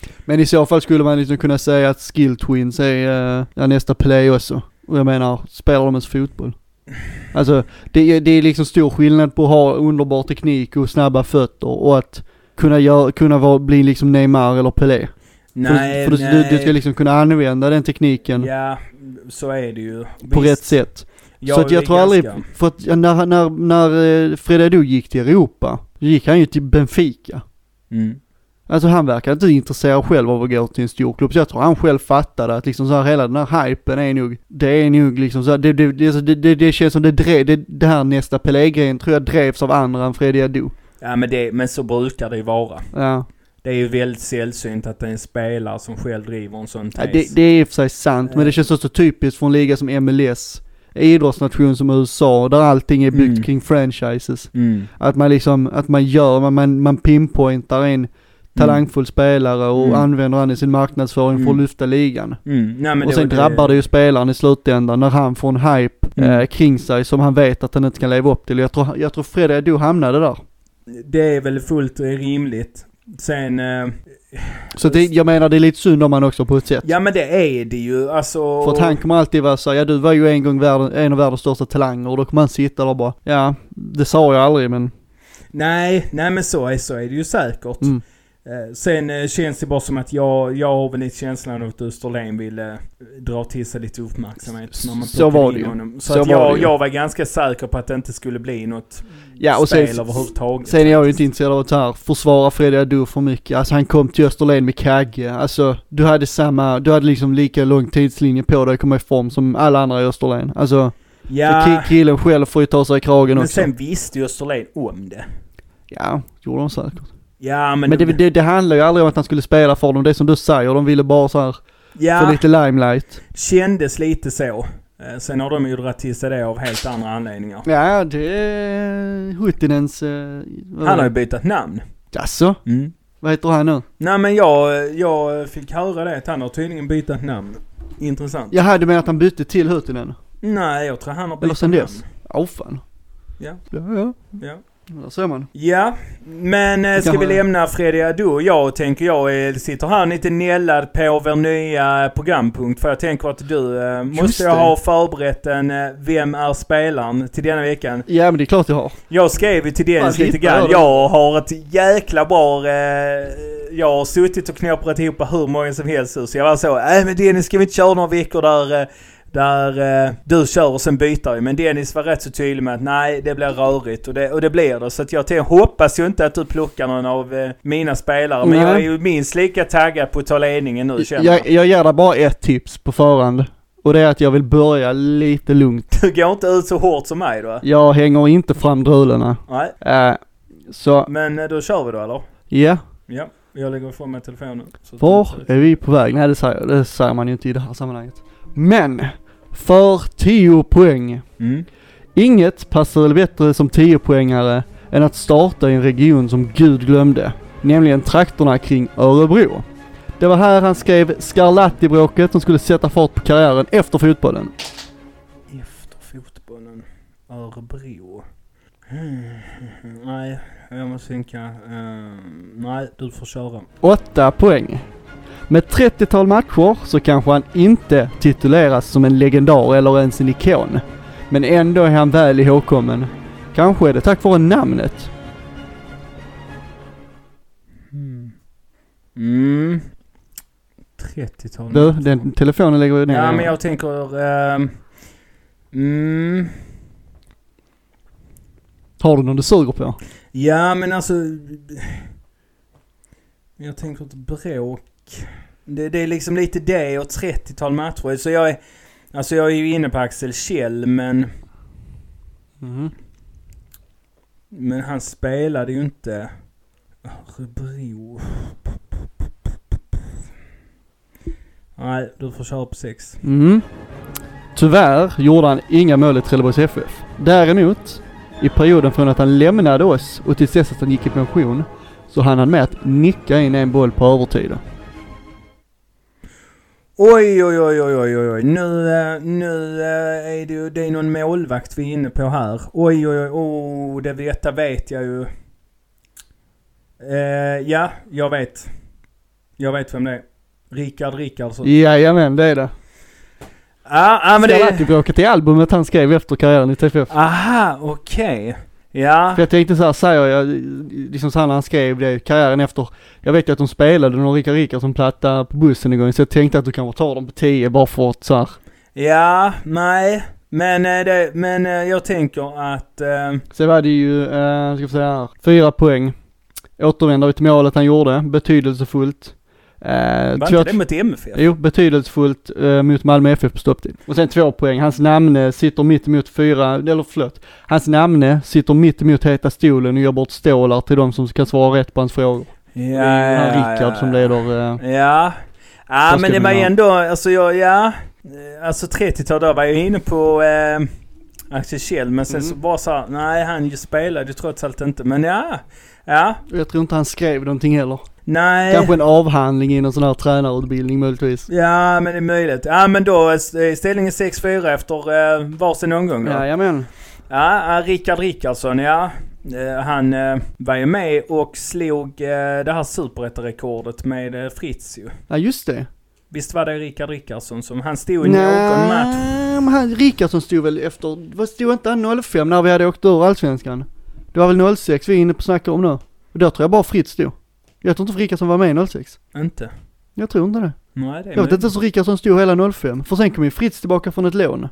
Men i så fall skulle man liksom kunna säga att Skill Twins är uh, ja, nästa play också. Och jag menar, spelar de ens fotboll? Alltså, det, det är liksom stor skillnad på att ha underbar teknik och snabba fötter och att kunna, gör, kunna vara, bli liksom Neymar eller Pelé. Nej, för för nej. Du, du ska liksom kunna använda den tekniken Ja, så är det ju. på Visst. rätt sätt. Jag så att jag tror ganska... aldrig, för att när, när, när Fred Adu gick till Europa, gick han ju till Benfica. Mm. Alltså han verkar inte intresserad själv av att gå till en stor klubb. Så jag tror han själv fattade att liksom så här, hela den här hypen är nog, det är nog liksom så här, det, det, det, det, det känns som det drev, det, det här nästa Pelé-grejen tror jag drevs av andra än Fred Adu. Ja, men, det, men så brukar det ju vara. Ja. Det är ju väldigt sällsynt att det är en spelare som själv driver en sån tes. Ja, det, det är i och för sig sant, men det känns också typiskt för en liga som M L S. Idrottsnation som U S A, där allting är byggt Mm. kring franchises. Mm. Att man liksom, att man gör, man, man, man pinpointar en talangfull mm. spelare och mm. använder han i sin marknadsföring mm. för att lyfta ligan. Mm. Nej, men och sen det, drabbar det ju spelaren i slutändan när han får en hype mm. eh, kring sig som han vet att han inte kan leva upp till. Jag tror, jag tror Fred Adu hamnade där. Det är väl fullt rimligt. Sen... Eh, så det, jag menar det är lite synd om han också på ett sätt. Ja, men det är det ju. Alltså... För att han kommer alltid vara så, ja du var ju en gång världen, en av världens största talanger och då kommer han sitta där och bara, ja det sa jag aldrig men... Nej, nej men så är, så är det ju säkert. Mm. Eh, sen eh, känns det bara som att jag, jag har väl lite känslan att Österlen ville eh, dra till sig lite uppmärksamhet. När man så var det ju. Så, så att var jag, det jag var ganska säker på att det inte skulle bli något ja, och spel sen, överhuvudtaget. Sen är jag ju inte intresserad av att här försvara Fred Adu för mycket. Alltså han kom till Österlen med Kagge. Alltså du hade samma, du hade liksom lika lång tidslinje på dig att komma i form som alla andra i Österlen. Alltså ja. så killen själv får ju ta sig i kragen men också. Men sen visste ju Österlen om det. Ja, gjorde de säkert. Ja, men men det, det, det handlar ju aldrig om att han skulle spela för dem. Det är som du säger, de ville bara så här ja, få lite limelight. Kändes lite så. Sen har de ju dragit till sig det av helt andra anledningar. Ja, det är Huttinens... Eh, han har ju bytt namn. Jaså? Mm. Vad heter han nu? Nej, men jag, jag fick höra det att han har tydligen bytt namn. Intressant. Jag hade med att han bytte till Huttinen. Nej, jag tror han har bytt eller sen namn. Dess. Åh fan. Ja. Ja, ja. Ja. Där ser man. Ja, men ska vi lämna Fredrik Adu? Jag tänker jag sitter här lite nällad på vår nya programpunkt. För jag tänker att du äh, måste jag ha förberett en äh, Vem är spelaren till denna veckan. Ja, men det är klart jag har. Jag skrev ju till Dennis lite grann. Jag har ett jäkla bra... Äh, jag har suttit och knåprat ihop på hur många som helst. Så jag var så, nej men Dennis, ska vi inte köra några veckor där... Äh, Där eh, du kör och sen byter ju. Men Dennis var rätt så tydlig med att nej, det blir rörigt. Och det, och det blir det. Så att jag tänker, hoppas ju inte att du plockar någon av eh, mina spelare. Men nej. Jag är ju minst lika taggad på att ta ledningen nu, känner jag. Jag, jag ger dig bara ett tips på förhand. Och det är att jag vill börja lite lugnt. Du går inte ut så hårt som mig då? Jag hänger inte fram drularna. Nej. Uh, så. Men eh, då kör vi då, eller? Ja. Ja, jag lägger ifrån mig telefonen. Var är vi på väg? Nej, det säger, det säger man ju inte i det här sammanhanget. Men... För tio poäng. Mm. Inget passar väl bättre som tio poängare än att starta i en region som Gud glömde. Nämligen trakterna kring Örebro. Det var här han skrev Scarlatti-bråket som skulle sätta fart på karriären efter fotbollen. Efter fotbollen. Örebro. Hmm. Nej, jag måste tänka. Uh, nej, du får köra. Åtta poäng. Med trettiotal matcher så kanske han inte tituleras som en legendar eller ens en ikon. Men ändå är han väl ihågkommen. Kanske är det tack vare namnet. Mm. Mm. trettiotal. Du, den telefonen lägger vi ner. Ja, men jag tänker... Uh, mm. Har du någon du suger på? Ja, men alltså... Jag tänker att bråk... Det, det är liksom lite det och trettiotal matcher. Så jag är... Alltså jag är ju inne på Axel Kjell, men... Mm. Men han spelade ju inte... Örebro... Nej, du får köra på sex. Mm. Tyvärr gjorde han inga mål i Trelleborgs F F. Däremot, i perioden från att han lämnade oss och till dess att han gick i pension, så hann han med att nicka in en boll på övertiden. Oj, oj, oj, oj, oj, oj. Nu, nu är det ju det är någon målvakt vi är inne på här. Oj, oj, oj, oh, det detta vet jag ju. Eh, ja, jag vet. Jag vet vem det är. Rickard Rickardsson. Jajamän, det är det. Ja, ah, men det... det... Jag alltid bråkat i albumet han skrev efter karriären i T F F. Aha, okej. Okay. Ja. För jag tänkte så här, säger jag, liksom så här när han skrev det, karriären efter, jag vet ju att de spelade någon Rickard Rickardsson platta på bussen en gång, så jag tänkte att du kan ta dem på tio bara för att så här. Ja, nej, men, det, men jag tänker att... Uh... Så var det ju, uh, ska jag säga här, fyra poäng, återvänder till målet han gjorde, betydelsefullt. Uh, var inte det mot M F F? Jo, betydelsefullt uh, mot Malmö F F på stopptid. Och sen två poäng. Hans namne sitter mitt emot fyra, eller förlåt. Hans namne sitter mitt emot heta stolen och gör bort stålar till de som kan svara rätt på hans frågor. Ja, det är ja, Rickard ja, ja. som leder... Uh, ja, ja men det var ändå, alltså jag, ja, alltså trettiotalet då var jag inne på uh, Axel Kjell, men sen mm. så bara så här, nej han ju spelade ju trots allt inte, men ja, ja. Jag tror inte han skrev någonting heller. Nej. Kanske en avhandling i någon sån här tränarutbildning möjligtvis. Ja, men det är möjligt. Ja, men då är ställningen sex fyra efter uh, varsin omgång då. Ja, jamen. Ja, Rickard Rickardsson, ja. Uh, han uh, var ju med och slog uh, det här superettarekordet med uh, Fritz ju. Ja, just det. Visst var det Rickard Rickardsson som han stod i någon match? Nej, men han, Rickardsson stod väl efter, vad stod inte han noll fem när vi hade åkt ur Allsvenskan? Det var väl noll sex vi är inne på snacka om nu. Och då tror jag bara Fritz stod. Jag tror inte Rickardsson var med i noll sex. Inte? Jag tror inte det. Nej, det är jag vet inte så Rickardsson stod hela noll fem. För sen kom ju Fritz tillbaka från ett lån.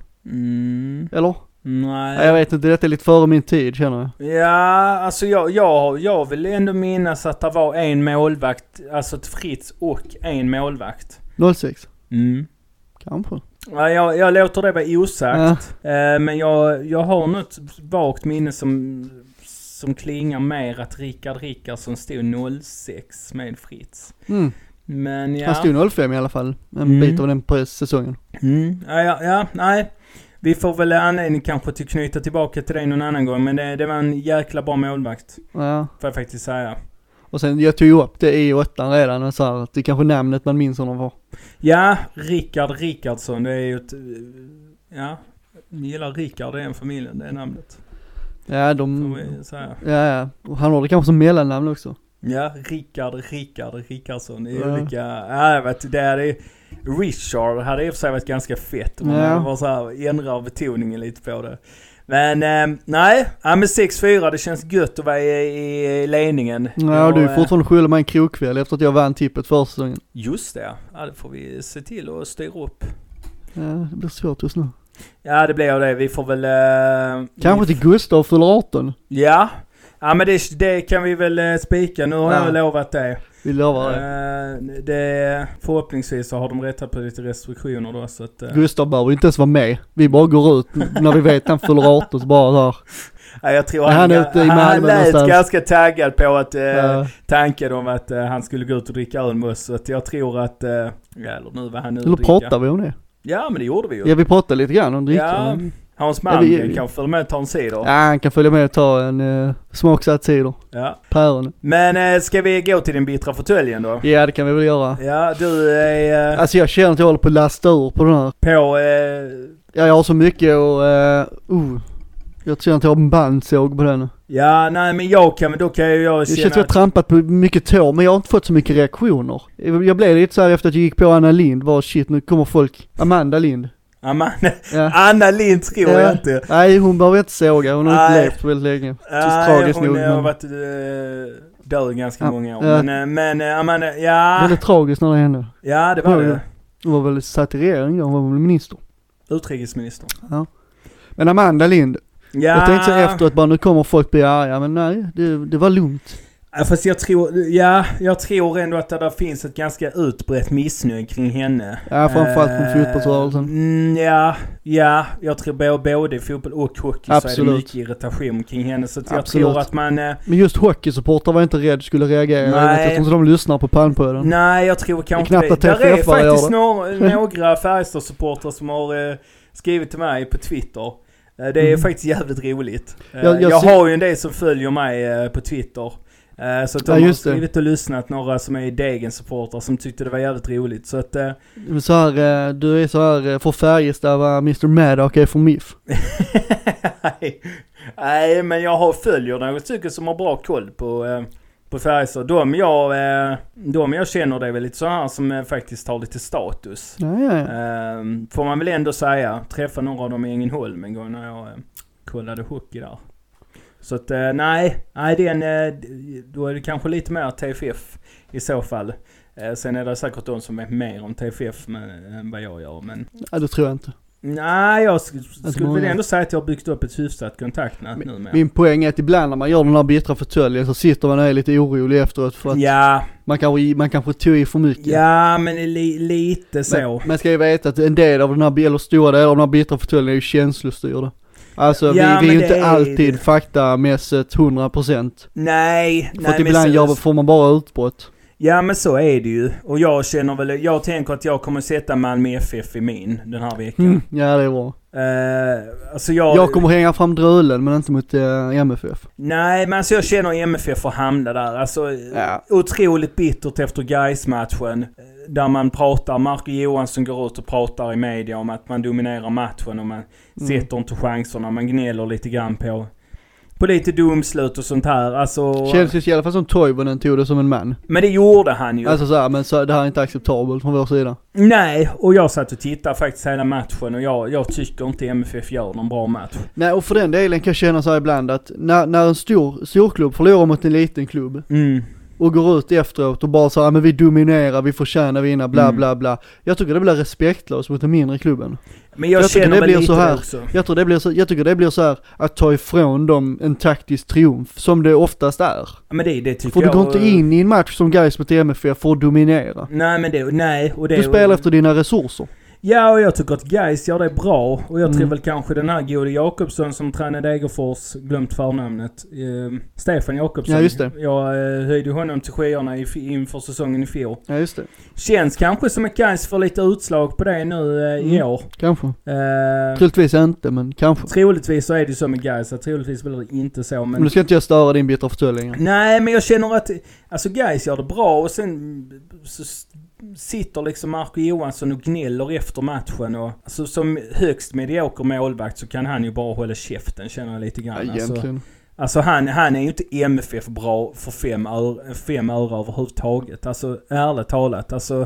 Mm. Eller? Nej. Nej. Jag vet inte, detta är lite före min tid känner jag. Ja, alltså jag, jag, jag vill ändå minnas att det var en målvakt, alltså ett Fritz och en målvakt. noll sex? Mm. Kanske. Ja, jag, jag låter det vara osagt. Ja. Eh, men jag, jag har något vagt minne som... som klingar mer att Rickard Rickardsson stod noll sex med Fritz. Mm. Men ja. Han stod noll fem i alla fall. En mm. bit av den på säsongen. Mm. Ja, ja, ja, nej. Vi får väl anledning kanske till knyta tillbaka till det någon annan gång. Men det, det var en jäkla bra målvakt. Ja. Får jag faktiskt säga. Och sen jag tog ju upp det i åttan redan och sa att det är kanske namnet man minns honom var. Ja, Rickard Rickardsson. Det är ju ett... Ja, jag gillar Rickard, det är en familjen, det är namnet. Ja, de... Ja, ja. Och han har det kanske som mellannamn också. Ja, Rickard, Rickard, Rickardsson. Det är ja. olika... Ja, jag vet, det är... Richard hade i och för sig varit ganska fett. Man ja. var så här, ändrar betoningen lite på det. Men, eh, nej. Ja, men sex fyra, det känns gött att vara i, i ledningen. Ja, och, du är fortfarande skyller mig en krokväll efter att jag vann tippet förra säsongen. Just det, ja. Det får vi se till att styra upp. Ja, det blir svårt just nu. Ja, det blir det. Vi får väl... Uh, Kanske till Gustav fyller arton. Ja. Ja, men det, det kan vi väl uh, spika. Nu har ja. jag lovat det. Vi lovar det. Uh, det. Förhoppningsvis så har de rättat på lite restriktioner då. Så att, uh... Gustav behöver inte ens vara med. Vi bara går ut när vi vet att han fyller arton så bara där. Ja, jag tror han, han, han, han lät någonstans. Ganska taggad på att uh, ja. tanken om att uh, han skulle gå ut och dricka öl med oss. Så att jag tror att... Uh, ja, eller nu var han nu Eller pratar vi om det? Ja, men det gjorde vi ju. Ja, vi pratade lite grann om dricka. Ja, Hans man ja, vi, kan följa med och ta en cider. Ja, han kan följa med och ta en uh, smaksatt cider. Ja. Päron. Men uh, ska vi gå till din bittra fåtöljen då? Ja, det kan vi väl göra. Ja, du är... Uh, alltså jag känner att jag håller på att lasta ur på den här. På... Uh, ja, jag har så mycket och... Uh, uh, jag känner att jag har en bandsåg på den. Ja, nej men jag kan, men då kan jag ju jag känna... Jag känner att jag har trampat på mycket tår, men jag har inte fått så mycket reaktioner. Jag blev lite så här efter att jag gick på Anna Lind, var shit, nu kommer folk... Amanda Lind. Amanda, ja. Anna Lind tror ja. jag inte. Nej, hon behöver inte såga, hon har nej. inte levt väldigt länge. Nej, tragiskt hon nog, har men... varit uh, död ganska ja. många år. Ja. Men, uh, men uh, Amanda, ja... Det är tragiskt när det hände. Ja, det var hon, det. Hon var väl satt i regering då, hon var väl minister. Utrikesminister. Ja. Men Amanda Lind... Ja. Jag tänkte så efteråt bara, nu kommer folk bli arga, men nej, det, det var lugnt. Ja, fast jag tror, ja, jag tror ändå att det där finns ett ganska utbrett missnöje kring henne. Ja, framförallt från uh, fotbollsrörelsen. Mm, ja, ja, jag tror både i fotboll och hockey Absolut. så är det mycket irritation kring henne. Så jag Absolut. tror att man... Uh, men just hockeysupportrar var inte rädd skulle reagera. Nej. Jag tror inte de lyssnar på Palmpöden. Nej, jag tror kanske inte det. Där är faktiskt några, några Färjestad-supportrar som har uh, skrivit till mig på Twitter. Det är mm. faktiskt jävligt roligt. Jag, jag, jag har ju en del som följer mig på Twitter. Så att de ja, har skrivit och lyssnat några som är Degen-supportrar som tyckte det var jävligt roligt. Så att... Så här, du är så här för Färjestad vad mister Maddock är för M I F. Nej, men jag har följer några stycken som har bra koll på, På Färjestad. De jag, eh, de jag känner det är väl lite så här som eh, faktiskt har lite status. Ja, ja, ja. Eh, får man väl ändå säga. Träffa några av dem i Ängelholm en gång när jag eh, kollade hockey där. Så att eh, nej, nej det är en, eh, då är det kanske lite mer T F F i så fall. Eh, sen är det säkert de som är mer om T F F men, än vad jag gör. Men... Ja, det tror jag inte. Nej, jag sk- skulle många... väl ändå säga att jag har byggt upp ett hyfsat kontaktnät nu med. Min poäng är att ibland när man gör den här bittra förtöljen så sitter man och är lite orolig efteråt för att ja. man kanske man kanske tog i för mycket. Ja, men li- lite så. Men man ska ju veta att en del av den här, eller stora delar av den här bittra förtöljen är ju känslostyrda. Alltså ja, vi, vi är ju inte är... alltid faktamässigt hundra procent. Nej. För nej, att ibland så... gör, får man bara utbrott. Ja, men så är det ju. Och jag känner väl, jag tänker att jag kommer sätta Malmö F F i min den här veckan. Mm, ja, det är bra. Uh, alltså jag... jag kommer hänga fram drölen men inte mot uh, M F F. Nej, men alltså jag känner M F F får hamna där. Alltså ja. Otroligt bittert efter Gais-matchen. Där man pratar, Marco Johansson går ut och pratar i media om att man dominerar matchen och man mm. sätter inte chanserna. Man gnäller lite grann på, på lite domslut och sånt här. Alltså, känns det i alla fall som Toivonen tog det som en man. Men det gjorde han ju. Alltså så här, men så, det här är inte acceptabelt från vår sida. Nej, och jag satt och tittade faktiskt hela matchen och jag, jag tycker inte M F F gör någon bra match. Nej, och för den delen kan jag känna så här ibland att när, när en stor, stor klubb förlorar mot en liten klubb mm. och går ut efteråt och bara så här, men vi dominerar, vi förtjänar vinna, bla mm. bla bla. Jag tycker det blir respektlöst mot den mindre klubben. Men jag, jag känner det blir lite så här, också. Jag tror det blir så, jag tycker det blir så här att ta ifrån dem en taktisk triumf som det oftast är. Men det, det tycker för jag. Du går inte in i en match som Gais mot M F F för att dominera. Nej, men det, nej. Och det, du spelar efter dina resurser. Ja, och jag tycker att Gais gör det bra. Och jag mm. tror väl kanske den här Gode Jakobsson som tränade Degerfors, glömt förnamnet. Eh, Stefan Jakobsson. Ja, just det. Jag eh, höjde honom till skyarna i, inför säsongen i fjol. Ja, just det. Känns kanske som att Gais får lite utslag på det nu eh, i mm. år. Kanske. Eh, troligtvis inte, men kanske. Troligtvis så är det så med Gais. Troligtvis blir det inte så. Men, men du ska inte jag störa din bittra förtöljning. Nej, men jag känner att alltså Gais gör det bra och sen så sitter liksom Marco Johansson och gnäller efter matchen och alltså, som högst medioker målvakt så kan han ju bara hålla käften, känner jag lite grann. Ja, egentligen. Alltså, alltså han, han är ju inte M F F bra för fem öre, fem öre överhuvudtaget. Alltså ärligt talat, alltså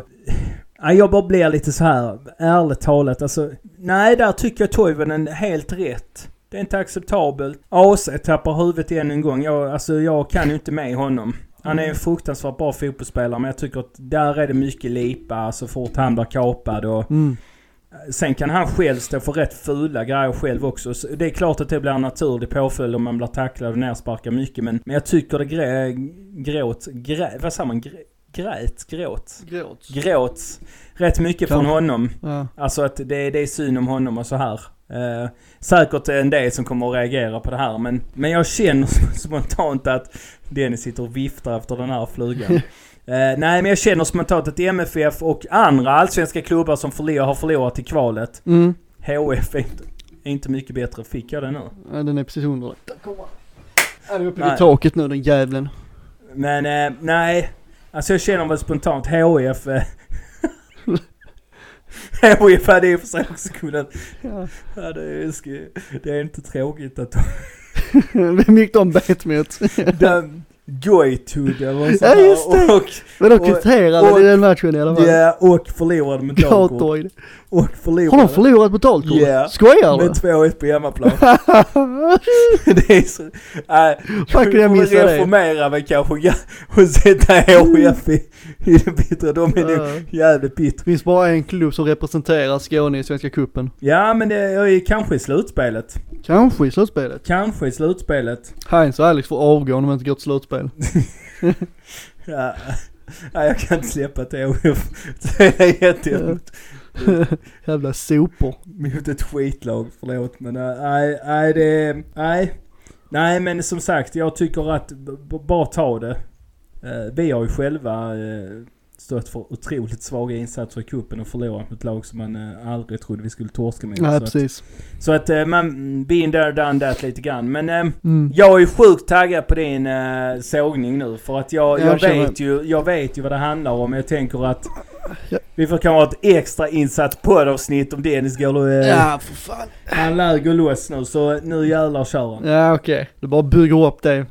jag bara blir lite så här ärligt talat, alltså nej, där tycker jag Toivonen är helt rätt. Det är inte acceptabelt. A C tappar huvudet än en gång. Jag, alltså jag kan ju inte med honom. Han är en fruktansvärt bra fotbollsspelare, men jag tycker att där är det mycket lipa så fort han blir kapad. Och mm. Sen kan han själv stå för rätt fula grejer själv också. Så det är klart att det blir en naturlig påföljd om man blir tacklad och nersparkar mycket. Men, men jag tycker det grä, gråt, grä, vad sa man? Grä, grät, gråt. Gråt. Gråt. Rätt mycket kan. Från honom. Ja. Alltså att det, det är syn om honom och så här. Eh, säkert en del som kommer att reagera på det här. Men, men jag känner spontant att Dennis sitter och viftar efter den här flugan. Uh, nej, men jag känner spontant att M F F och andra allsvenska klubbar som förlor, har förlorat i kvalet. Mm. H F är inte, är inte mycket bättre. Fick jag den nu? Ja, den är precis under. Är det uppe i taket nu, den jävlen? Men uh, nej, alltså jag känner väl spontant H F... Uh, H F hade ju för sig också kunnat... Ja. Ja, det, är, det är inte tråkigt att... Vem gick de bet mot? de, Goitud eller så. Ja, just det. Och, men de kvitterade i den matchen i alla fall. Ja, och förlorade med Dalkurd. Och förlorade. Har de förlorat med Dalkurd? Ja. Skojar du? Med två ett på hemmaplan. Det är så... Äh, Fan, kunde jag missa det? Reformera mig kanske och sätta H F i, i det bittra. De är ja. nog jävligt bitter. Det finns bara en klubb som representerar Skåne i Svenska cupen. Ja, men det är kanske i slutspelet. Kanske i slutspelet. Kanske i slutspelet. Heinz och Alex får avgå om de inte går till slutspel. Ja. Nej, jag kan inte släppa till H F. Det är jättejobbigt. Jävla sopor. Mot ett skitlag, förlåt. Men nej, nej, det nej. Nej, men som sagt, jag tycker att b- bara ta det. Uh, vi har ju själva uh, stått för otroligt svaga insatser i kuppen och förlorat mot ett lag som man uh, aldrig trodde vi skulle torska med. Nej, så precis. Att, så att uh, man been there, done that lite grann. Men uh, mm. jag är sjukt taggad på din uh, sågning nu. För att jag, jag, jag vet ju, jag vet ju vad det handlar om. Jag tänker att ja. vi får kanske ha ett extra insatt poddavsnitt om Dennis går och... Uh, ja, för fan. Han lär gå loss nu, så nu jävlar kör han. Ja, okej. Okay. Du bara bygger upp det.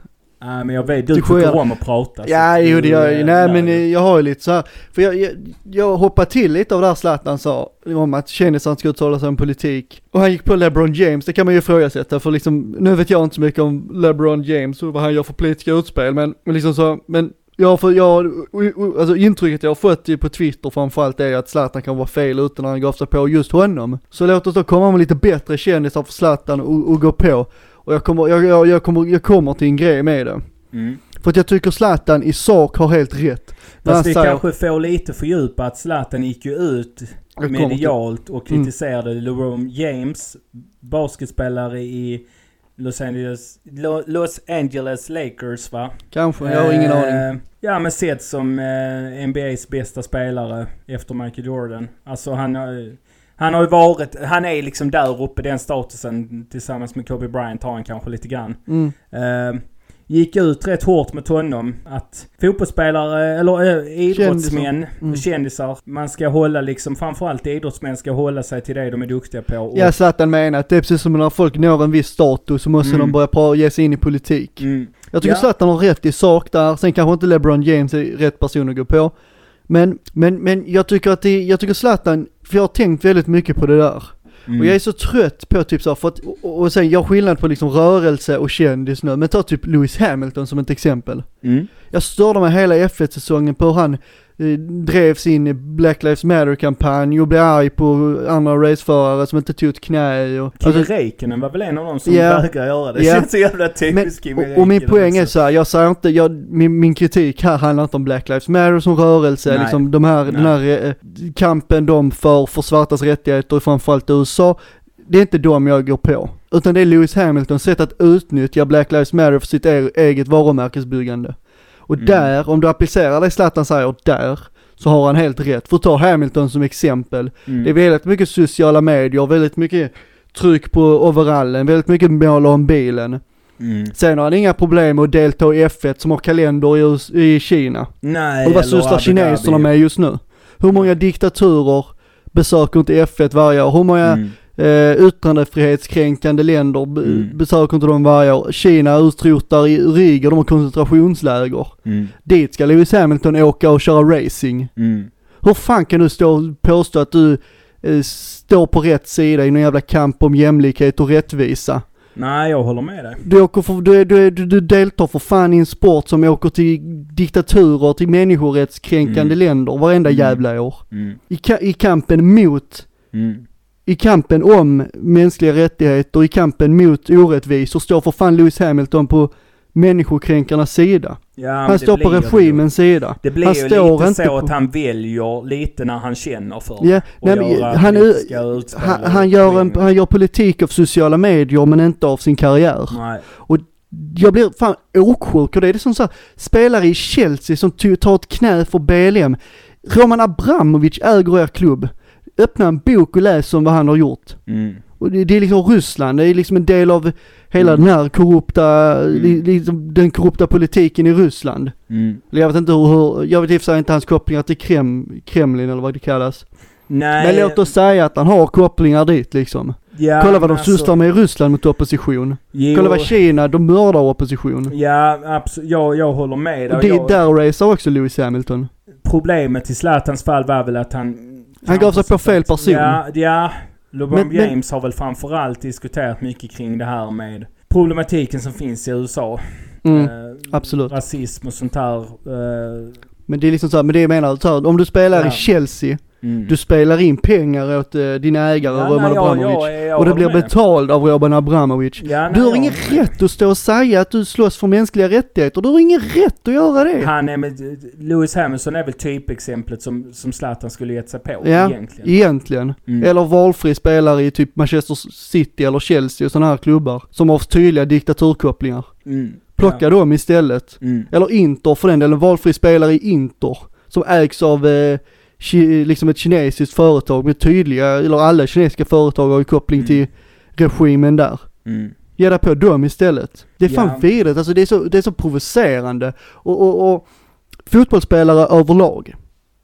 Ja, men jag vet, du tycker om att prata. Ja, jo, det gör jag. Nej, men det. jag har ju lite så här. För jag, jag, jag hoppade till lite av det här Zlatan sa om att kändisar ska uttala sig om politik. Och han gick på LeBron James, det kan man ju ifrågasätta. För liksom, nu vet jag inte så mycket om LeBron James och vad han gör för politiska utspel. Men, men liksom så, men jag får, jag, alltså intrycket jag har fått på Twitter framförallt är att Zlatan kan vara fel utan att han gav sig på just honom. Så låt oss då komma med lite bättre kändisar för Zlatan och, och gå på. Och jag kommer, jag, jag, jag, kommer, jag kommer till en grej med det. Mm. För att jag tycker Zlatan i sak har helt rätt. Fast vi säger, kanske får lite fördjupa att Zlatan gick ju ut medialt och kritiserade mm. LeBron James, basketspelare i Los Angeles, Los Angeles Lakers, va? Kanske, jag har ingen eh, aning. Ja, men sett som eh, N B A:s bästa spelare efter Michael Jordan. Alltså han har, han har ju varit, han är liksom där uppe, den statusen tillsammans med Kobe Bryant har han kanske lite grann. Mm. Eh, gick ut rätt hårt med honom att fotbollsspelare eller äh, idrottsmän, mm. kändisar, man ska hålla liksom, framförallt idrottsmän ska hålla sig till det de är duktiga på. Och jag satt han menar att det är precis som när folk når en viss status så måste mm. de börja pra- ge sig in i politik. Mm. Jag tycker ja. så att han har rätt i sak där, sen kanske inte LeBron James är rätt person att gå på. Men, men, men jag tycker att det, jag tycker Zlatan, för jag har tänkt väldigt mycket på det där. Mm. Och jag är så trött på typ så för att, och, och sen jag har skillnad på liksom rörelse och kändis nu, men ta typ Lewis Hamilton som ett exempel. Mm. Jag störde mig hela F ett-säsongen på hur han eh, drev sin Black Lives Matter-kampanj och blev arg på andra raceförare som inte tog ett knä. Och, Kimi alltså, Räikkönen var väl en av dem som yeah, vägrar göra det. Det yeah. känns så jävla typiskt Kimi Räikkönen. Och, och min poäng är så här, jag säger inte, jag, min, min kritik här handlar inte om Black Lives Matter som rörelse, liksom de här, den här eh, kampen de för, för svartas rättigheter och framförallt i U S A. Det är inte dem jag går på. Utan det är Lewis Hamiltons sätt att utnyttja Black Lives Matter för sitt e- eget varumärkesbyggande. Och mm. där, om du applicerar det Zlatan säger där, så har han helt rätt. För att ta Hamilton som exempel. Mm. Det är väldigt mycket sociala medier, väldigt mycket tryck på overallen, väldigt mycket mål om bilen. Mm. Sen har han inga problem med att delta i F ett som har kalender i, i Kina. Nej, och vad sysslar kineserna med just nu? Hur många diktaturer besöker inte F ett varje år? Hur många mm. eh, yttrandefrihetskränkande länder b- mm. besöker inte de varje år? Kina utrotar i Riga, de har koncentrationsläger. Mm. Dit ska Lewis Hamilton åka och köra racing. Mm. Hur fan kan du stå och påstå att du eh, står på rätt sida i någon jävla kamp om jämlikhet och rättvisa? Nej, jag håller med dig. Du, åker för, du, du, du, du deltar för fan i en sport som åker till diktaturer, till människorättskränkande mm. länder varenda mm. jävla år. Mm. I, ka- I kampen mot, mm. i kampen om mänskliga rättigheter, i kampen mot orättvisor står för fan Lewis Hamilton på människokränkarnas sida. Ja, han står på regimens sida. Det blir han ju står lite inte så på... att han väljer lite när han känner för ja, nej, men, han, han, han, gör en, han gör politik av sociala medier men inte av sin karriär. Nej. Och jag blir fan åksjuk och det är det som så här, spelare i Chelsea som t- tar ett knä för B L M. Roman Abramovic äger er klubb. Öppna en bok och läs om vad han har gjort. Mm. Och det, det är liksom Ryssland, det är liksom en del av hela mm. den här korrupta, mm. liksom den korrupta politiken i Ryssland. Mm. Jag vet inte hur, hur jag vet i och för sig inte hans kopplingar till Krem, Kremlin eller vad det kallas. Nej. Men låt oss säga att han har kopplingar dit liksom. Ja, kolla vad de alltså, sysslar med i Ryssland mot opposition. Jo. Kolla vad Kina, de mördar opposition. Ja, absolut. Jag, jag håller med. Och det jag, där racear också Lewis Hamilton. Problemet i Zlatans fall var väl att han... Han gav sig på fel person. Ja, ja. LeBron men, James men, har väl framförallt diskuterat mycket kring det här med problematiken som finns i U S A. Mm, eh, absolut. Rasism och sånt här. Eh. Men det är liksom så här, men det jag menar, så här, om du spelar ja. i Chelsea, mm. du spelar in pengar åt uh, dina ägare, ja, Roman nej, Abramovic, ja, ja, ja, och det blir med. betald av Roman Abramovic. Ja, nej, du har ingen rätt att stå och säga att du slåss för mänskliga rättigheter. Du har ingen rätt att göra det. Han är med, Lewis Hamilton är väl typexemplet som, som Zlatan skulle gett sig på. Ja, egentligen. egentligen. Mm. Eller valfri spelare i typ Manchester City eller Chelsea och sådana här klubbar som har tydliga diktaturkopplingar. Mm. Plocka ja. dem istället. Mm. Eller Inter för den delen, valfri spelare i Inter som ägs av eh, ki, liksom ett kinesiskt företag med tydliga, eller alla kinesiska företag har ju koppling mm. till regimen där. Mm. Ge dig på dem istället. Det är fan ja. vidare, alltså det är så, det är så provocerande. Och, och, och fotbollsspelare överlag,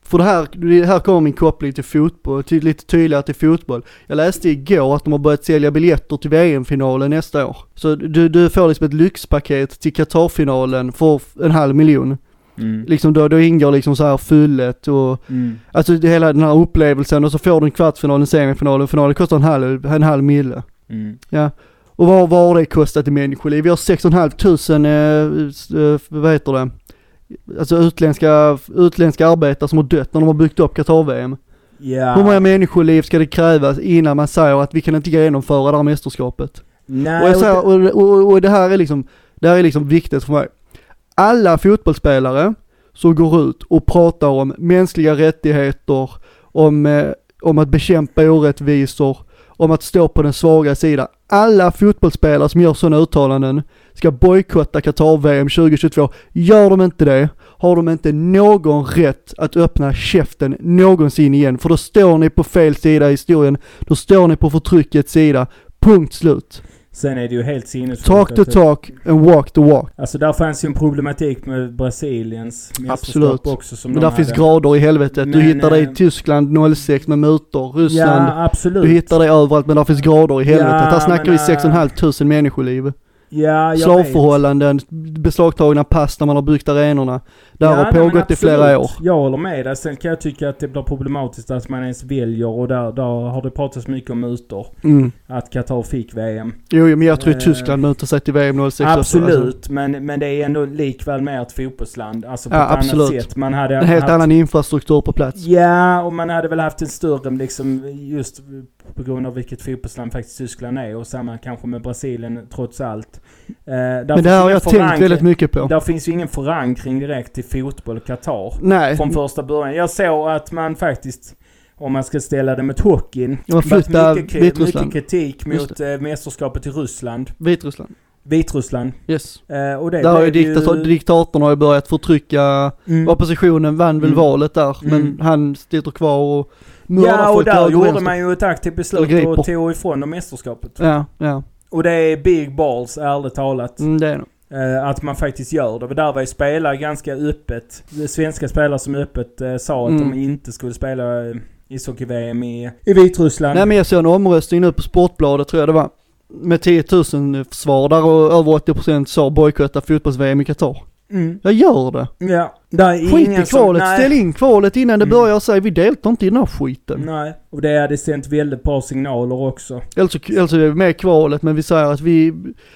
För det här, det här kommer min koppling till fotboll, till, lite tydligare till fotboll. Jag läste igår att de har börjat sälja biljetter till V M-finalen nästa år. Så du, du får liksom ett lyxpaket till Qatar-finalen för en halv miljon. Mm. Liksom då, då ingår liksom så här fullet och mm. alltså det, hela den här upplevelsen, och så får du en kvartsfinal, en semifinal, och finalen kostar en halv, en halv mille. Mm. Ja. Och vad, vad har det kostat i människoliv? Vi har sex och en halv tusen, eh, eh, vad heter det? Alltså utländska, utländska arbetare som har dött när de har byggt upp Qatar-V M. Yeah. Hur många människoliv ska det krävas innan man säger att vi kan inte genomföra det här mästerskapet? Nej, och, jag säger, och, och, och det här är liksom, det här är liksom viktigt för mig. Alla fotbollsspelare som går ut och pratar om mänskliga rättigheter, om, eh, om att bekämpa orättvisor, om att stå på den svaga sidan. Alla fotbollsspelare som gör sådana uttalanden ska bojkotta Qatar-V M tjugohundratjugotvå. Gör de inte det, har de inte någon rätt att öppna käften någonsin igen. För då står ni på fel sida i historien. Då står ni på förtryckets sida. Punkt slut. Sen är det ju helt sinnessjukt. Talk the talk and walk the walk. Alltså där fanns ju en problematik med Brasiliens mästerskap också. Som men de där hade. Finns grader i helvetet. Men, du hittar det i Tyskland noll sex med mutor. Ryssland. Ja, absolut. Du hittar det överallt, men där finns grader i helvetet. Ja, här snackar men, vi sex och en halv tusen människoliv. Ja, jag slavförhållanden, vet. Beslagtagna pass när man har byggt arenorna. Det ja, har pågått i flera år. Jag håller med dig. Sen kan jag tycka att det blir problematiskt att man ens väljer, och där, där har det pratats mycket om mutor. Mm. Att Qatar fick V M. Jo, men jag tror att uh, Tyskland mutar sig till V M noll sex. Absolut, alltså. men, men det är ändå likväl mer ett fotbollsland. Alltså på ja, ett absolut. annat sätt. Man hade en helt haft, annan infrastruktur på plats. Ja, och man hade väl haft en större liksom, just på grund av vilket fotbollsland faktiskt Tyskland är, och samma kanske med Brasilien trots allt. Uh, men det har jag tänkt väldigt mycket på. Där finns ju ingen förankring direkt till fotboll och Qatar. Nej. Från första början. Jag såg att man faktiskt, om man ska ställa det med hockeyn, flytta mycket, mycket kritik mot äh, mästerskapet i Ryssland. Vitryssland. Vitryssland. Yes. Uh, och det där har ju diktator, ju... diktatorn har ju börjat förtrycka. Mm. Oppositionen vann väl mm. valet där, men mm. han sitter kvar och ja, och där gjorde vänster. Man ju ett aktivt beslut och tog ifrån dem mästerskapet. Ja, ja. Och det är big balls, ärligt talat. Mm, det är nog. Uh, att man faktiskt gör det. Och där var ju spelare ganska öppet. De svenska spelare som öppet uh, sa att mm. de inte skulle spela uh, ishockey-V M i, i Vitryssland. Nej, men jag såg en omröstning nu på Sportbladet, tror jag det var. Med tio tusen svar där, och över åttio procent sa bojkotta fotbolls-V M i Qatar. Mm. Jag gör det. Ja. Det är Skit ingen i kvalet, som, ställ in kvalet innan det mm. börjar säga vi deltar inte i den här skiten. Nej, och det hade sänt väldigt bra signaler också. Alltså, alltså med kvalet, men vi säger att vi,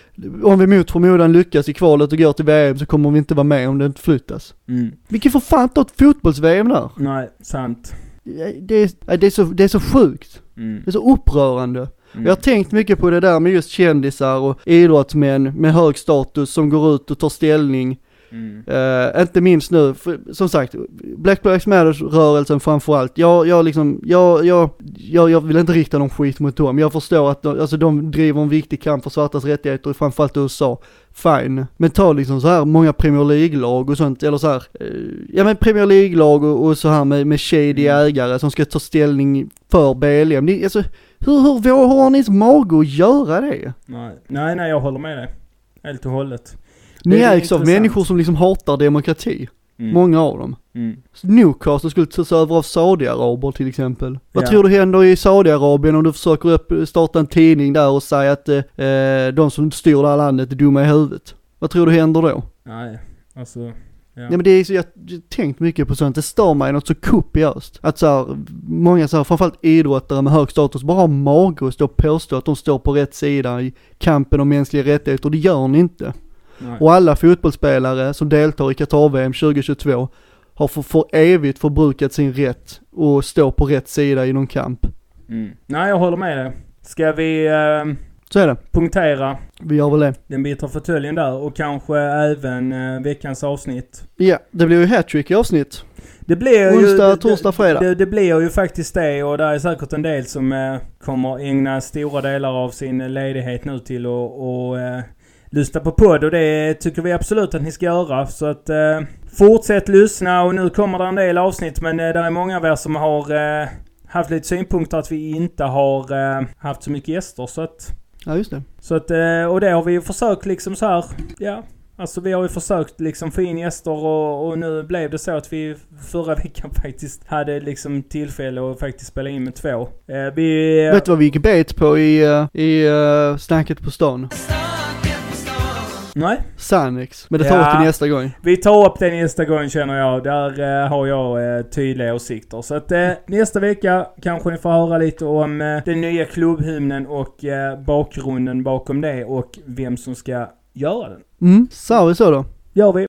om vi mot förmodan lyckas i kvalet och går till V M, så kommer vi inte vara med om det inte flyttas. Mm. Vi kan få fan ta ett fotbolls-V M där. Nej, sant. Det är, det är, så, det är så sjukt. Mm. Det är så upprörande. Mm. Jag har tänkt mycket på det där med just kändisar och idrottsmän med hög status som går ut och tar ställning. Mm. Uh, inte minst nu, för, som sagt, Black Lives Matter-rörelsen framförallt. Jag, jag, liksom, jag, jag, jag, jag vill inte rikta någon skit mot dem. Jag förstår att de, alltså, de driver en viktig kamp för svartas rättigheter, framförallt i U S A. Fine. Men ta liksom så här många Premier League-lag och sånt, eller så här, uh, ja men Premier League-lag och, och så här med, med shady mm. ägare som ska ta ställning för B L M. Ni, alltså, hur, hur, hur har ni mag att göra det? Nej, nej, nej jag håller med dig. Helt och hållet. Ni ägs av människor som liksom hatar demokrati. Mm. Många av dem. Mm. Newcastle skulle tas över av Saudiaraber till exempel. Vad ja. tror du händer i Saudiarabien om du försöker upp, starta en tidning där och säga att eh, de som styr det här landet är dumma i huvudet? Vad tror du händer då? Nej, alltså... Ja. Ja, men det är så, jag har tänkt mycket på sånt. Det står mig något så kopiöst. Att så här, många så här, framförallt idrottare med hög status bara har mag att stå och påstå att de står på rätt sida i kampen om mänskliga rättigheter. Och det gör ni inte. Nej. Och alla fotbollsspelare som deltar i Qatar-V M tjugohundratjugotvå har för, för evigt förbrukat sin rätt och stå på rätt sida i någon kamp. Mm. Nej, jag håller med dig. Ska vi eh, så är det. punktera vi gör väl det. Den bittra fåtöljen där och kanske även eh, veckans avsnitt. Ja, det blir ju hattrick i avsnitt. Det blir onsdag, ju, torsdag, fredag. Det, det, det blir ju faktiskt det, och det är säkert en del som eh, kommer ägna stora delar av sin ledighet nu till att och, eh, lyssna på podd, och det tycker vi absolut att ni ska göra. Så att eh, fortsätt lyssna, och nu kommer det en del avsnitt, men eh, det är många av er som har eh, haft lite synpunkter att vi inte har eh, haft så mycket gäster, så att ja, just det. Så att, och det har vi ju försökt liksom så här, ja, Alltså vi har ju försökt liksom få in gäster och, och nu blev det så att vi förra veckan faktiskt hade liksom tillfälle att faktiskt spela in med två. Eh, vi... Vet du vad vi gick bet på i, uh, i uh, snacket på stan? Nej. Sannex. Men det tar ja, vi till nästa gång. Vi tar upp det nästa gång känner jag. Där uh, har jag uh, tydliga åsikter. Så att uh, nästa vecka kanske ni får höra lite om uh, den nya klubbhymnen och uh, bakgrunden bakom det och vem som ska göra den. Mm, sa vi så då? Gör vi.